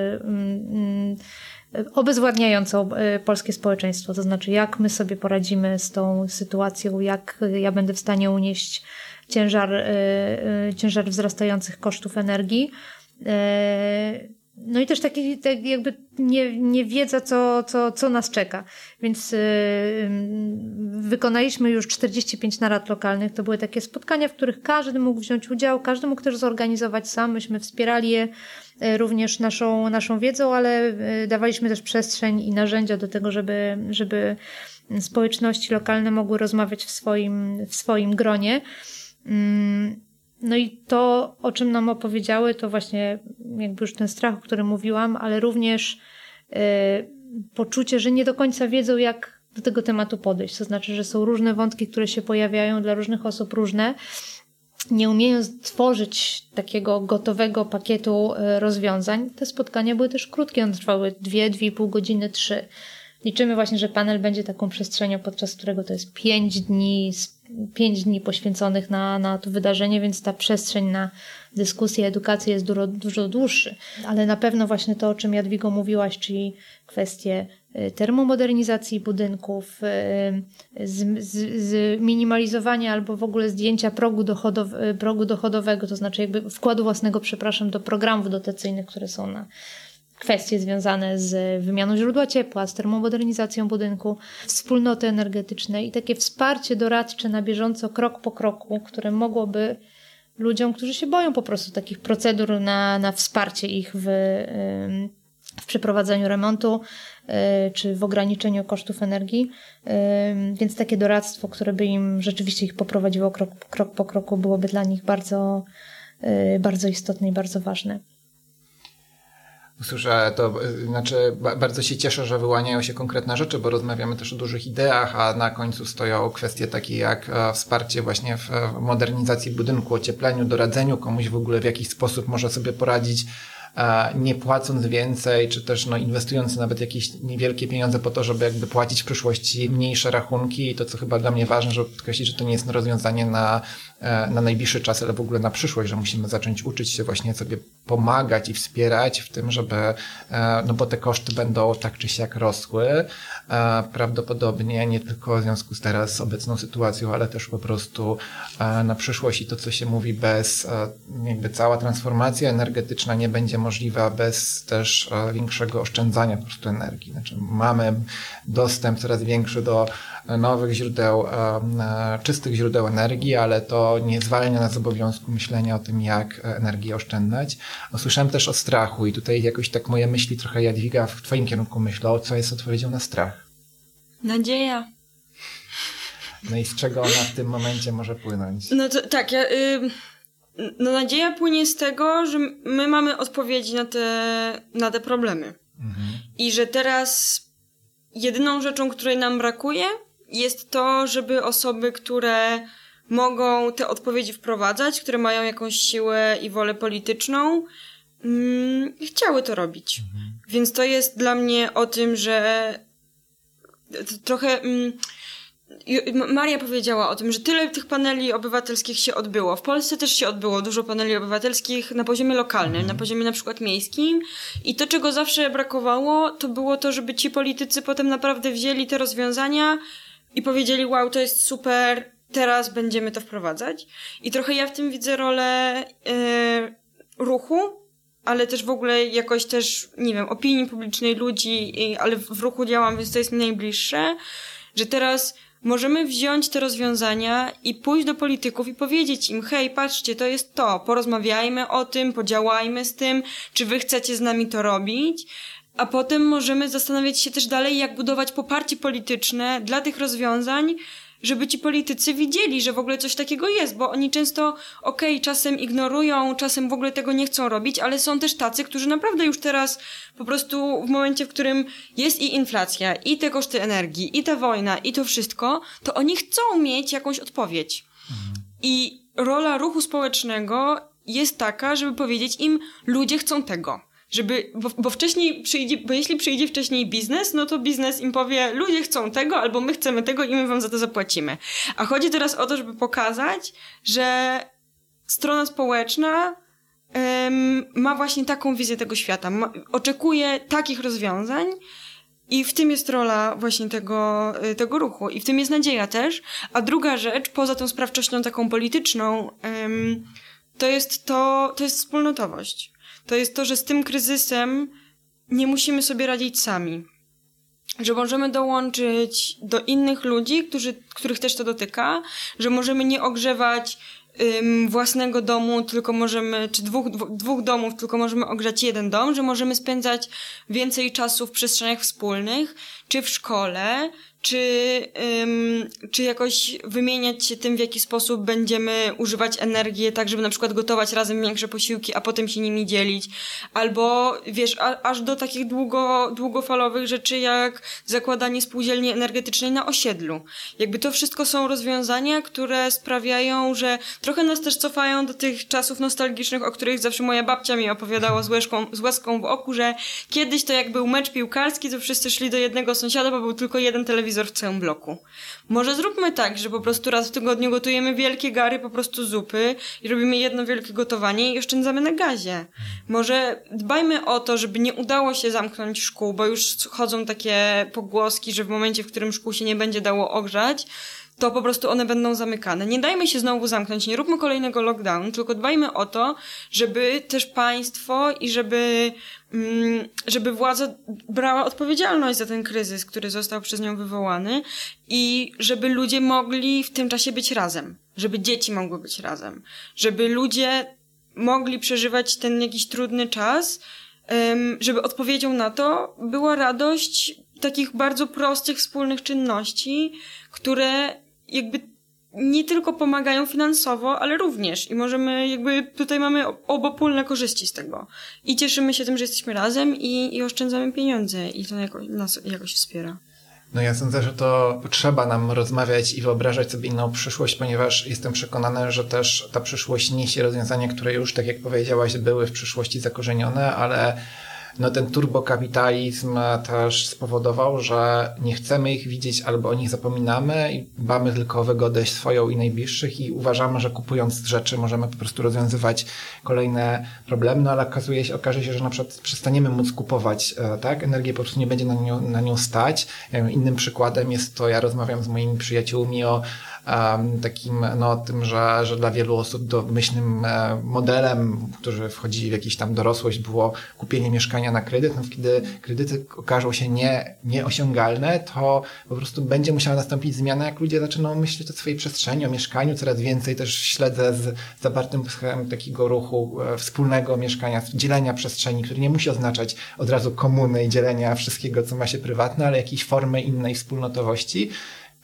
obezwładniającą polskie społeczeństwo. To znaczy, jak my sobie poradzimy z tą sytuacją, jak ja będę w stanie unieść ciężar wzrastających kosztów energii. No i też tak jakby niewiedza, co nas czeka. Więc wykonaliśmy już 45 narad lokalnych. To były takie spotkania, w których każdy mógł wziąć udział, każdy mógł też zorganizować sam. Myśmy wspierali je również naszą wiedzą, ale dawaliśmy też przestrzeń i narzędzia do tego, żeby społeczności lokalne mogły rozmawiać w swoim gronie. No i to, o czym nam opowiedziały, to właśnie jakby już ten strach, o którym mówiłam, ale również poczucie, że nie do końca wiedzą, jak do tego tematu podejść. To znaczy, że są różne wątki, które się pojawiają, dla różnych osób różne. Nie umieją stworzyć takiego gotowego pakietu rozwiązań. Te spotkania były też krótkie, one trwały 2,5 godziny, 3. Liczymy właśnie, że panel będzie taką przestrzenią, podczas którego to jest 5 dni poświęconych na to wydarzenie, więc ta przestrzeń na dyskusję, edukację jest dużo dłuższy. Ale na pewno właśnie to, o czym Jadwigo mówiłaś, czyli kwestie termomodernizacji budynków, zminimalizowania albo w ogóle zdjęcia progu dochodowego, to znaczy jakby wkładu własnego, do programów dotacyjnych, które są na kwestie związane z wymianą źródła ciepła, z termomodernizacją budynku, wspólnoty energetycznej i takie wsparcie doradcze na bieżąco, krok po kroku, które mogłoby ludziom, którzy się boją po prostu takich procedur na wsparcie ich w przeprowadzeniu remontu czy w ograniczeniu kosztów energii. Więc takie doradztwo, które by im rzeczywiście ich poprowadziło krok po kroku, byłoby dla nich bardzo, bardzo istotne i bardzo ważne. Słyszę to, bardzo się cieszę, że wyłaniają się konkretne rzeczy, bo rozmawiamy też o dużych ideach, a na końcu stoją kwestie takie jak wsparcie właśnie w modernizacji budynku, ociepleniu, doradzeniu komuś w ogóle w jakiś sposób może sobie poradzić, nie płacąc więcej, czy też inwestując nawet jakieś niewielkie pieniądze po to, żeby jakby płacić w przyszłości mniejsze rachunki. I to, co chyba dla mnie ważne, żeby podkreślić, że to nie jest rozwiązanie na najbliższy czas, ale w ogóle na przyszłość, że musimy zacząć uczyć się właśnie sobie pomagać i wspierać w tym, żeby, bo te koszty będą tak czy siak rosły, prawdopodobnie nie tylko w związku z obecną sytuacją, ale też po prostu na przyszłość i to, co się mówi, jakby cała transformacja energetyczna nie będzie możliwa bez też większego oszczędzania po prostu energii. Znaczy mamy dostęp coraz większy do nowych czystych źródeł energii, ale to nie zwalnia nas z obowiązku myślenia o tym, jak energię oszczędzać. Słyszałem też o strachu i tutaj jakoś tak moje myśli trochę, Jadwiga, w twoim kierunku myślą, co jest odpowiedzią na strach? Nadzieja. No i z czego ona w tym momencie może płynąć? No to tak, nadzieja płynie z tego, że my mamy odpowiedzi na te problemy. I że teraz jedyną rzeczą, której nam brakuje, jest to, żeby osoby, które mogą te odpowiedzi wprowadzać, które mają jakąś siłę i wolę polityczną, chciały to robić. Więc to jest dla mnie o tym, że trochę... Maria powiedziała o tym, że tyle tych paneli obywatelskich się odbyło. W Polsce też się odbyło dużo paneli obywatelskich na poziomie lokalnym, na poziomie na przykład miejskim. I to, czego zawsze brakowało, to było to, żeby ci politycy potem naprawdę wzięli te rozwiązania i powiedzieli, wow, to jest super, teraz będziemy to wprowadzać. I trochę ja w tym widzę rolę ruchu, ale też w ogóle jakoś też, nie wiem, opinii publicznej ludzi, ale w ruchu działam, więc to jest mi najbliższe, że teraz możemy wziąć te rozwiązania i pójść do polityków i powiedzieć im, hej, patrzcie, to jest to, porozmawiajmy o tym, podziałajmy z tym, czy wy chcecie z nami to robić, a potem możemy zastanawiać się też dalej, jak budować poparcie polityczne dla tych rozwiązań, żeby ci politycy widzieli, że w ogóle coś takiego jest, bo oni często, czasem ignorują, czasem w ogóle tego nie chcą robić, ale są też tacy, którzy naprawdę już teraz po prostu w momencie, w którym jest i inflacja, i te koszty energii, i ta wojna, i to wszystko, to oni chcą mieć jakąś odpowiedź. I rola ruchu społecznego jest taka, żeby powiedzieć im, ludzie chcą tego. Bo wcześniej bo jeśli przyjdzie wcześniej biznes, no to biznes im powie, ludzie chcą tego, albo my chcemy tego i my wam za to zapłacimy. A chodzi teraz o to, żeby pokazać, że strona społeczna ma właśnie taką wizję tego świata, oczekuje takich rozwiązań i w tym jest rola właśnie tego ruchu i w tym jest nadzieja też. A druga rzecz, poza tą sprawczością taką polityczną, to jest wspólnotowość. To jest to, że z tym kryzysem nie musimy sobie radzić sami. Że możemy dołączyć do innych ludzi, których też to dotyka, że możemy nie ogrzewać własnego domu, tylko możemy, czy dwóch domów, tylko możemy ogrzać jeden dom, że możemy spędzać więcej czasu w przestrzeniach wspólnych, czy w szkole, czy jakoś wymieniać się tym, w jaki sposób będziemy używać energii, tak żeby na przykład gotować razem większe posiłki, a potem się nimi dzielić. Albo, wiesz, aż do takich długofalowych rzeczy jak zakładanie spółdzielni energetycznej na osiedlu. Jakby to wszystko są rozwiązania, które sprawiają, że trochę nas też cofają do tych czasów nostalgicznych, o których zawsze moja babcia mi opowiadała z łezką w oku, że kiedyś to jak był mecz piłkarski, to wszyscy szli do jednego sąsiada, bo był tylko jeden telewizor w całym bloku. Może zróbmy tak, że po prostu raz w tygodniu gotujemy wielkie gary po prostu zupy i robimy jedno wielkie gotowanie i oszczędzamy na gazie. Może dbajmy o to, żeby nie udało się zamknąć szkół, bo już chodzą takie pogłoski, że w momencie, w którym szkół się nie będzie dało ogrzać, to po prostu one będą zamykane. Nie dajmy się znowu zamknąć, nie róbmy kolejnego lockdownu, tylko dbajmy o to, żeby też państwo i żeby władza brała odpowiedzialność za ten kryzys, który został przez nią wywołany i żeby ludzie mogli w tym czasie być razem, żeby dzieci mogły być razem, żeby ludzie mogli przeżywać ten jakiś trudny czas, żeby odpowiedzią na to była radość takich bardzo prostych, wspólnych czynności, które jakby nie tylko pomagają finansowo, ale również i tutaj mamy obopólne korzyści z tego. I cieszymy się tym, że jesteśmy razem i oszczędzamy pieniądze i to nas jakoś wspiera. No ja sądzę, że to trzeba nam rozmawiać i wyobrażać sobie inną przyszłość, ponieważ jestem przekonany, że też ta przyszłość niesie rozwiązania, które już, tak jak powiedziałaś, były w przyszłości zakorzenione, ale ten turbokapitalizm też spowodował, że nie chcemy ich widzieć albo o nich zapominamy i dbamy tylko o wygodę swoją i najbliższych i uważamy, że kupując rzeczy możemy po prostu rozwiązywać kolejne problemy, ale okaże się, że na przykład przestaniemy móc kupować, tak? Energii po prostu nie będzie na nią stać. Innym przykładem jest to, ja rozmawiam z moimi przyjaciółmi o tym, że dla wielu osób domyślnym modelem, którzy wchodzili w jakąś tam dorosłość, było kupienie mieszkania na kredyt. Kiedy kredyty okażą się nieosiągalne, to po prostu będzie musiała nastąpić zmiana, jak ludzie zaczną myśleć o swojej przestrzeni, o mieszkaniu. Coraz więcej też śledzę z zapartym pchem takiego ruchu wspólnego mieszkania, dzielenia przestrzeni, który nie musi oznaczać od razu komuny i dzielenia wszystkiego, co ma się prywatne, ale jakiejś formy innej wspólnotowości,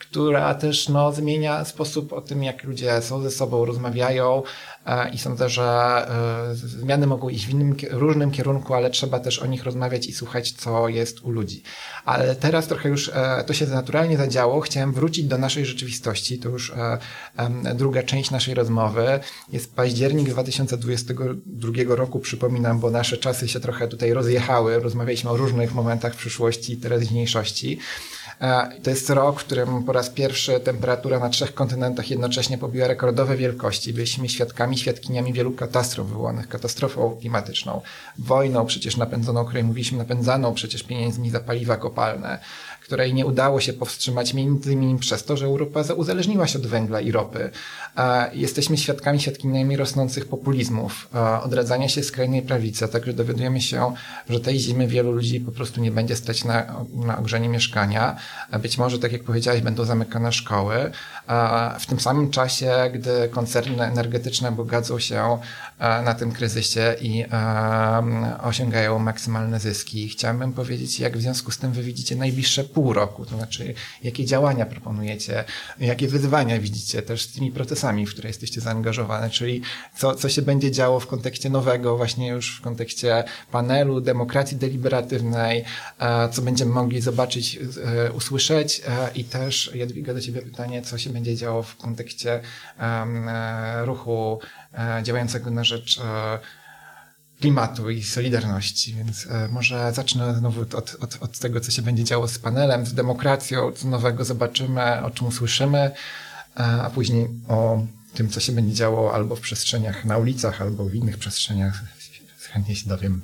która też zmienia sposób o tym, jak ludzie są ze sobą, rozmawiają i sądzę, że zmiany mogą iść w różnym kierunku, ale trzeba też o nich rozmawiać i słuchać, co jest u ludzi. Ale teraz trochę już to się naturalnie zadziało. Chciałem wrócić do naszej rzeczywistości. To już druga część naszej rozmowy. Jest październik 2022 roku, przypominam, bo nasze czasy się trochę tutaj rozjechały. Rozmawialiśmy o różnych momentach przyszłości i teraźniejszości. To jest rok, w którym po raz pierwszy temperatura na 3 kontynentach jednocześnie pobiła rekordowe wielkości. Byliśmy świadkiniami wielu katastrof wywołanych katastrofą klimatyczną, wojną przecież napędzoną, o której mówiliśmy, napędzaną przecież pieniędzmi za paliwa kopalne, której nie udało się powstrzymać między innymi przez to, że Europa uzależniła się od węgla i ropy. Jesteśmy świadkiniami rosnących populizmów, odradzania się skrajnej prawicy, a także dowiadujemy się, że tej zimy wielu ludzi po prostu nie będzie stać na ogrzanie mieszkania. Być może, tak jak powiedziałeś, będą zamykane szkoły. W tym samym czasie, gdy koncerny energetyczne bogacą się na tym kryzysie i osiągają maksymalne zyski. Chciałbym powiedzieć, jak w związku z tym wy widzicie najbliższe pół roku, to znaczy jakie działania proponujecie, jakie wyzwania widzicie też z tymi procesami, w które jesteście zaangażowane, czyli co się będzie działo w kontekście nowego, właśnie już w kontekście panelu, demokracji deliberatywnej, co będziemy mogli zobaczyć, usłyszeć i też, Jadwiga, do ciebie pytanie, co się będzie działo w kontekście ruchu działającego na rzecz klimatu i solidarności, więc może zacznę znowu od tego, co się będzie działo z panelem, z demokracją, co nowego zobaczymy, o czym usłyszymy, a później o tym, co się będzie działo albo w przestrzeniach na ulicach, albo w innych przestrzeniach. Chętnie się dowiem.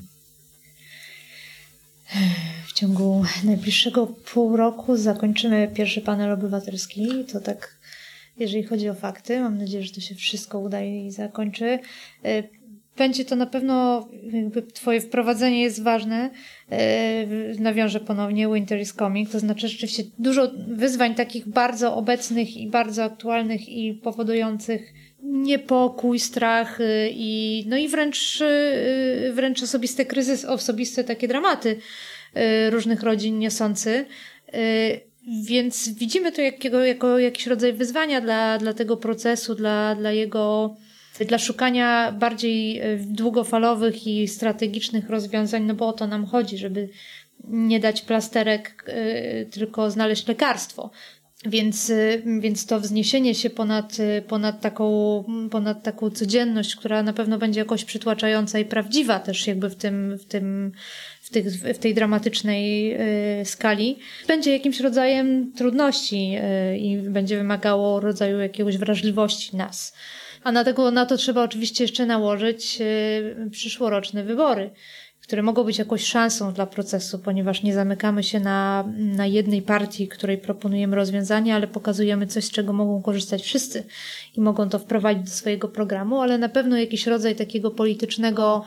W ciągu najbliższego pół roku zakończymy pierwszy panel obywatelski. To tak, jeżeli chodzi o fakty. Mam nadzieję, że to się wszystko udaje i zakończy. Będzie to na pewno, jakby twoje wprowadzenie jest ważne. Nawiążę ponownie, Winter is coming. To znaczy rzeczywiście dużo wyzwań takich bardzo obecnych i bardzo aktualnych i powodujących niepokój, strach i wręcz osobiste kryzysy, osobiste takie dramaty różnych rodzin niosący. Więc widzimy to jako jakiś rodzaj wyzwania dla tego procesu, dla szukania bardziej długofalowych i strategicznych rozwiązań, no bo o to nam chodzi, żeby nie dać plasterek, tylko znaleźć lekarstwo. Więc to wzniesienie się ponad taką codzienność, która na pewno będzie jakoś przytłaczająca i prawdziwa też jakby w tej dramatycznej skali, będzie jakimś rodzajem trudności i będzie wymagało rodzaju jakiegoś wrażliwości nas. A na to trzeba oczywiście jeszcze nałożyć przyszłoroczne wybory, które mogą być jakąś szansą dla procesu, ponieważ nie zamykamy się na jednej partii, której proponujemy rozwiązania, ale pokazujemy coś, z czego mogą korzystać wszyscy i mogą to wprowadzić do swojego programu, ale na pewno jakiś rodzaj takiego politycznego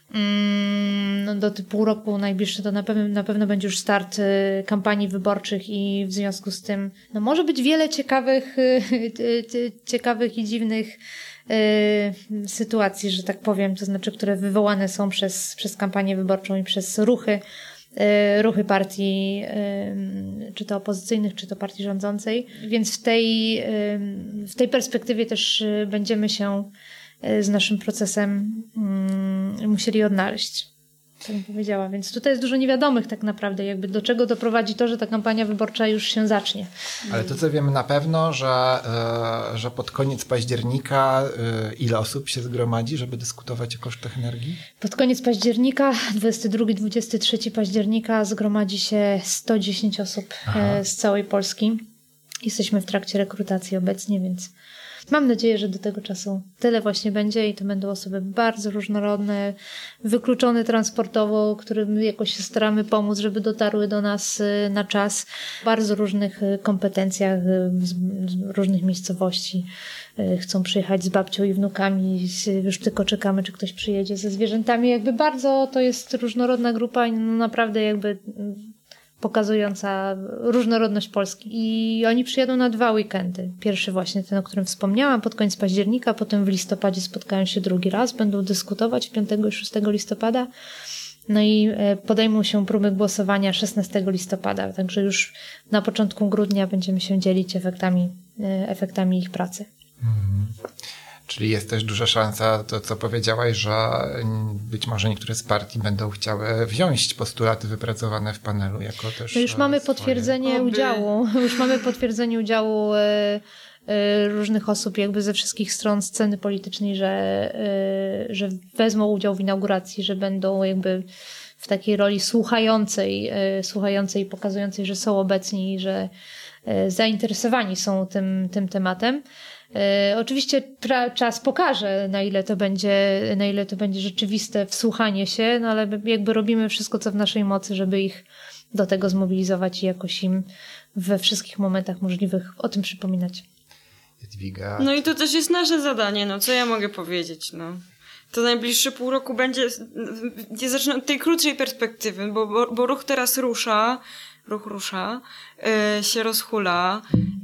do tych pół roku najbliższe to na pewno będzie już start kampanii wyborczych i w związku z tym może być wiele ciekawych i dziwnych sytuacji, że tak powiem, to znaczy, które wywołane są przez kampanię wyborczą i przez ruchy partii, czy to opozycyjnych, czy to partii rządzącej. Więc w tej perspektywie też będziemy się z naszym procesem musieli odnaleźć. Tak bym powiedziała. Więc tutaj jest dużo niewiadomych tak naprawdę, jakby do czego doprowadzi to, że ta kampania wyborcza już się zacznie. Ale to, co wiemy na pewno, że pod koniec października ile osób się zgromadzi, żeby dyskutować o kosztach energii? Pod koniec października, 22-23 października zgromadzi się 110 osób z całej Polski. Jesteśmy w trakcie rekrutacji obecnie, więc mam nadzieję, że do tego czasu tyle właśnie będzie i to będą osoby bardzo różnorodne, wykluczone transportowo, którym jakoś się staramy pomóc, żeby dotarły do nas na czas. W bardzo różnych kompetencjach, z różnych miejscowości. Chcą przyjechać z babcią i wnukami, już tylko czekamy, czy ktoś przyjedzie ze zwierzętami. Jakby bardzo to jest różnorodna grupa i naprawdę jakby pokazująca różnorodność Polski. I oni przyjadą na 2 weekendy. Pierwszy właśnie ten, o którym wspomniałam, pod koniec października, potem w listopadzie spotkają się drugi raz, będą dyskutować 5 i 6 listopada. No i podejmą się próby głosowania 16 listopada, także już na początku grudnia będziemy się dzielić efektami ich pracy. Czyli jest też duża szansa, to co powiedziałaś, że być może niektóre z partii będą chciały wziąć postulaty wypracowane w panelu jako też No już mamy potwierdzenie udziału. Już mamy potwierdzenie udziału różnych osób jakby ze wszystkich stron sceny politycznej, że wezmą udział w inauguracji, że będą jakby w takiej roli słuchającej, pokazującej, że są obecni i że zainteresowani są tym tematem. Oczywiście czas pokaże, na ile to będzie rzeczywiste wsłuchanie się, no ale jakby robimy wszystko, co w naszej mocy, żeby ich do tego zmobilizować i jakoś im we wszystkich momentach możliwych o tym przypominać. Jadwiga. No i to też jest nasze zadanie, no co ja mogę powiedzieć, no. To najbliższe pół roku będzie, ja zacznę od tej krótszej perspektywy, bo ruch teraz rusza, się rozhula.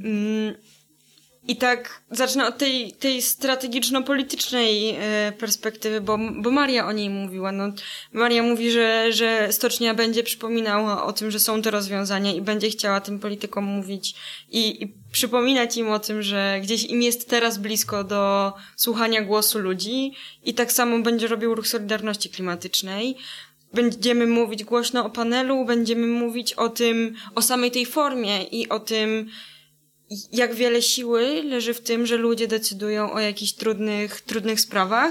I tak zacznę od tej strategiczno-politycznej perspektywy, bo Maria o niej mówiła. No, Maria mówi, że stocznia będzie przypominała o tym, że są te rozwiązania i będzie chciała tym politykom mówić i przypominać im o tym, że gdzieś im jest teraz blisko do słuchania głosu ludzi i tak samo będzie robił Ruch Solidarności Klimatycznej. Będziemy mówić głośno o panelu, będziemy mówić o tym, o samej tej formie i o tym, jak wiele siły leży w tym, że ludzie decydują o jakichś trudnych sprawach.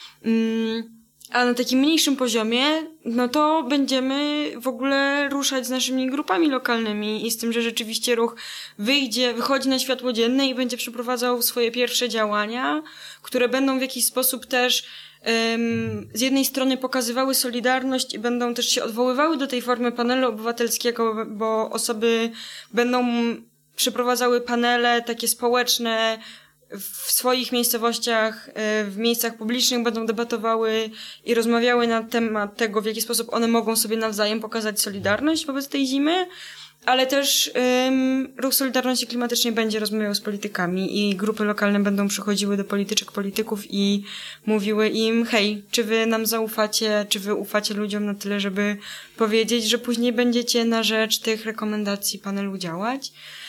A na takim mniejszym poziomie, no to będziemy w ogóle ruszać z naszymi grupami lokalnymi i z tym, że rzeczywiście ruch wychodzi na światło dzienne i będzie przeprowadzał swoje pierwsze działania, które będą w jakiś sposób też z jednej strony pokazywały solidarność i będą też się odwoływały do tej formy panelu obywatelskiego, bo osoby będą przeprowadzały panele takie społeczne w swoich miejscowościach, w miejscach publicznych, będą debatowały i rozmawiały na temat tego, w jaki sposób one mogą sobie nawzajem pokazać solidarność wobec tej zimy, ale też Ruch Solidarności Klimatycznej będzie rozmawiał z politykami i grupy lokalne będą przychodziły do polityczek, polityków i mówiły im: hej, czy wy nam zaufacie, czy wy ufacie ludziom na tyle, żeby powiedzieć, że później będziecie na rzecz tych rekomendacji panelu działać.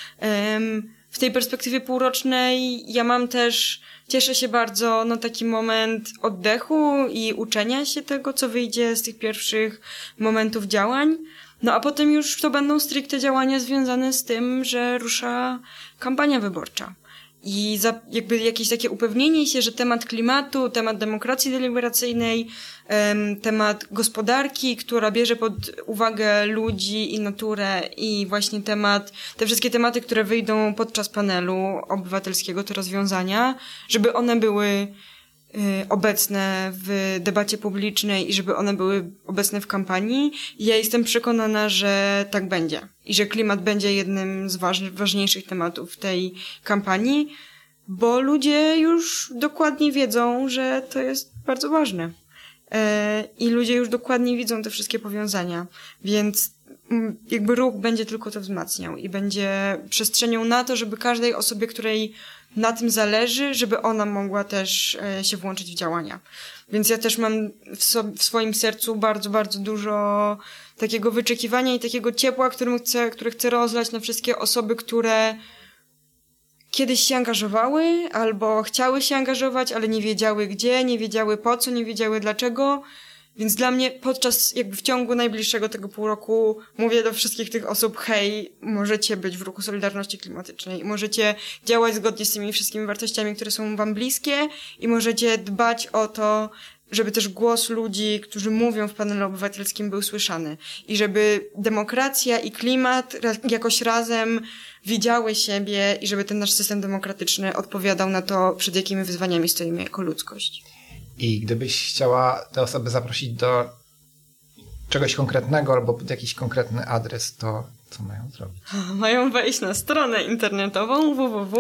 W tej perspektywie półrocznej ja mam też, cieszę się bardzo, no taki moment oddechu i uczenia się tego, co wyjdzie z tych pierwszych momentów działań. No a potem już to będą stricte działania związane z tym, że rusza kampania wyborcza. I jakby jakieś takie upewnienie się, że temat klimatu, temat demokracji deliberacyjnej, temat gospodarki, która bierze pod uwagę ludzi i naturę i właśnie te wszystkie tematy, które wyjdą podczas panelu obywatelskiego, te rozwiązania, żeby one były obecne w debacie publicznej i żeby one były obecne w kampanii. I ja jestem przekonana, że tak będzie. I że klimat będzie jednym z ważniejszych tematów tej kampanii, bo ludzie już dokładnie wiedzą, że to jest bardzo ważne. I ludzie już dokładnie widzą te wszystkie powiązania. Więc jakby ruch będzie tylko to wzmacniał i będzie przestrzenią na to, żeby każdej osobie, której na tym zależy, żeby ona mogła też się włączyć w działania. Więc ja też mam w swoim sercu bardzo, bardzo dużo takiego wyczekiwania i takiego ciepła, które chcę rozlać na wszystkie osoby, które kiedyś się angażowały albo chciały się angażować, ale nie wiedziały gdzie, nie wiedziały po co, nie wiedziały dlaczego. Więc dla mnie w ciągu najbliższego tego pół roku mówię do wszystkich tych osób: hej, możecie być w Ruchu Solidarności Klimatycznej, możecie działać zgodnie z tymi wszystkimi wartościami, które są wam bliskie i możecie dbać o to, żeby też głos ludzi, którzy mówią w panelu obywatelskim, był słyszany i żeby demokracja i klimat jakoś razem widziały siebie i żeby ten nasz system demokratyczny odpowiadał na to, przed jakimi wyzwaniami stoimy jako ludzkość. I gdybyś chciała te osoby zaprosić do czegoś konkretnego albo pod jakiś konkretny adres, to co mają zrobić? Mają wejść na stronę internetową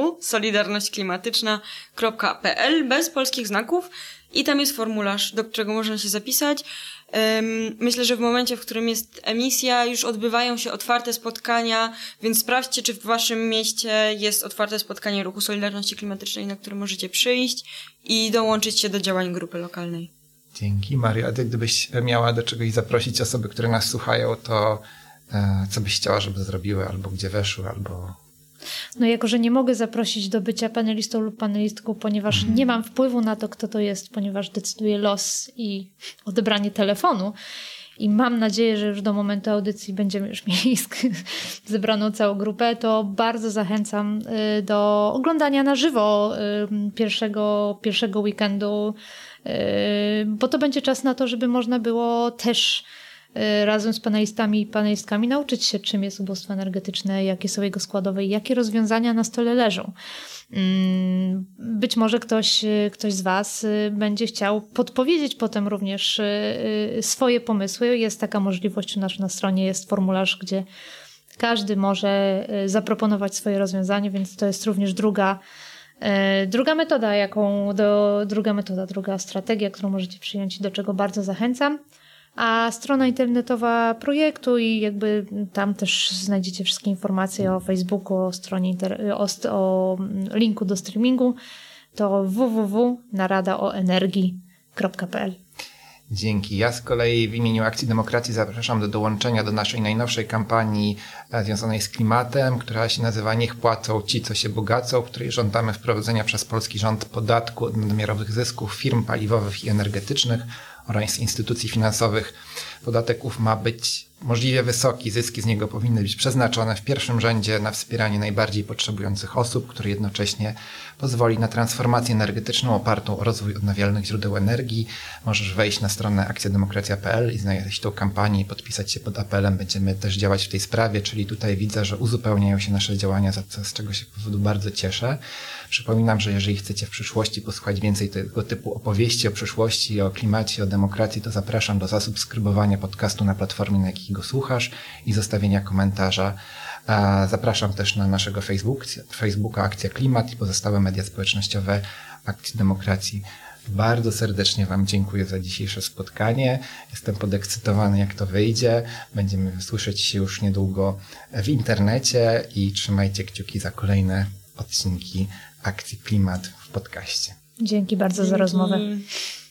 www.solidarnośćklimatyczna.pl bez polskich znaków i tam jest formularz, do którego można się zapisać. Myślę, że w momencie, w którym jest emisja, już odbywają się otwarte spotkania, więc sprawdźcie, czy w waszym mieście jest otwarte spotkanie Ruchu Solidarności Klimatycznej, na które możecie przyjść i dołączyć się do działań grupy lokalnej. Dzięki, Mario. A ty gdybyś miała do czegoś zaprosić osoby, które nas słuchają, to co byś chciała, żeby zrobiły, albo gdzie weszły, albo... No jako, że nie mogę zaprosić do bycia panelistą lub panelistką, ponieważ nie mam wpływu na to, kto to jest, ponieważ decyduje los i odebranie telefonu. I mam nadzieję, że już do momentu audycji będziemy już mieli zebraną całą grupę, to bardzo zachęcam do oglądania na żywo pierwszego weekendu, bo to będzie czas na to, żeby można było też razem z panelistami i panelistkami nauczyć się, czym jest ubóstwo energetyczne, jakie są jego składowe i jakie rozwiązania na stole leżą. Być może ktoś z Was będzie chciał podpowiedzieć potem również swoje pomysły. Jest taka możliwość, na stronie jest formularz, gdzie każdy może zaproponować swoje rozwiązanie, więc to jest również druga druga strategia, którą możecie przyjąć i do czego bardzo zachęcam. A strona internetowa projektu i jakby tam też znajdziecie wszystkie informacje o Facebooku, o stronie o linku do streamingu, to www.naradaoenergii.pl. Dzięki. Ja z kolei w imieniu Akcji Demokracji zapraszam do dołączenia do naszej najnowszej kampanii związanej z klimatem, która się nazywa Niech płacą ci, co się bogacą, w której żądamy wprowadzenia przez polski rząd podatku od nadmiarowych zysków firm paliwowych i energetycznych oraz instytucji finansowych. Podatek ów ma być możliwie wysoki, zyski z niego powinny być przeznaczone w pierwszym rzędzie na wspieranie najbardziej potrzebujących osób, który jednocześnie pozwoli na transformację energetyczną opartą o rozwój odnawialnych źródeł energii. Możesz wejść na stronę akcjademokracja.pl i znaleźć tą kampanię i podpisać się pod apelem. Będziemy też działać w tej sprawie, czyli tutaj widzę, że uzupełniają się nasze działania, z czego się po prostu bardzo cieszę. Przypominam, że jeżeli chcecie w przyszłości posłuchać więcej tego typu opowieści o przyszłości, o klimacie, o demokracji, to zapraszam do zasubskrybowania podcastu na platformie, na jakiej go słuchasz i zostawienia komentarza. Zapraszam też na naszego Facebooka Akcja Klimat i pozostałe media społecznościowe Akcji Demokracji. Bardzo serdecznie Wam dziękuję za dzisiejsze spotkanie. Jestem podekscytowany, jak to wyjdzie. Będziemy słyszeć się już niedługo w internecie i trzymajcie kciuki za kolejne odcinki Akcji Klimat w podcaście. Dzięki bardzo za rozmowę.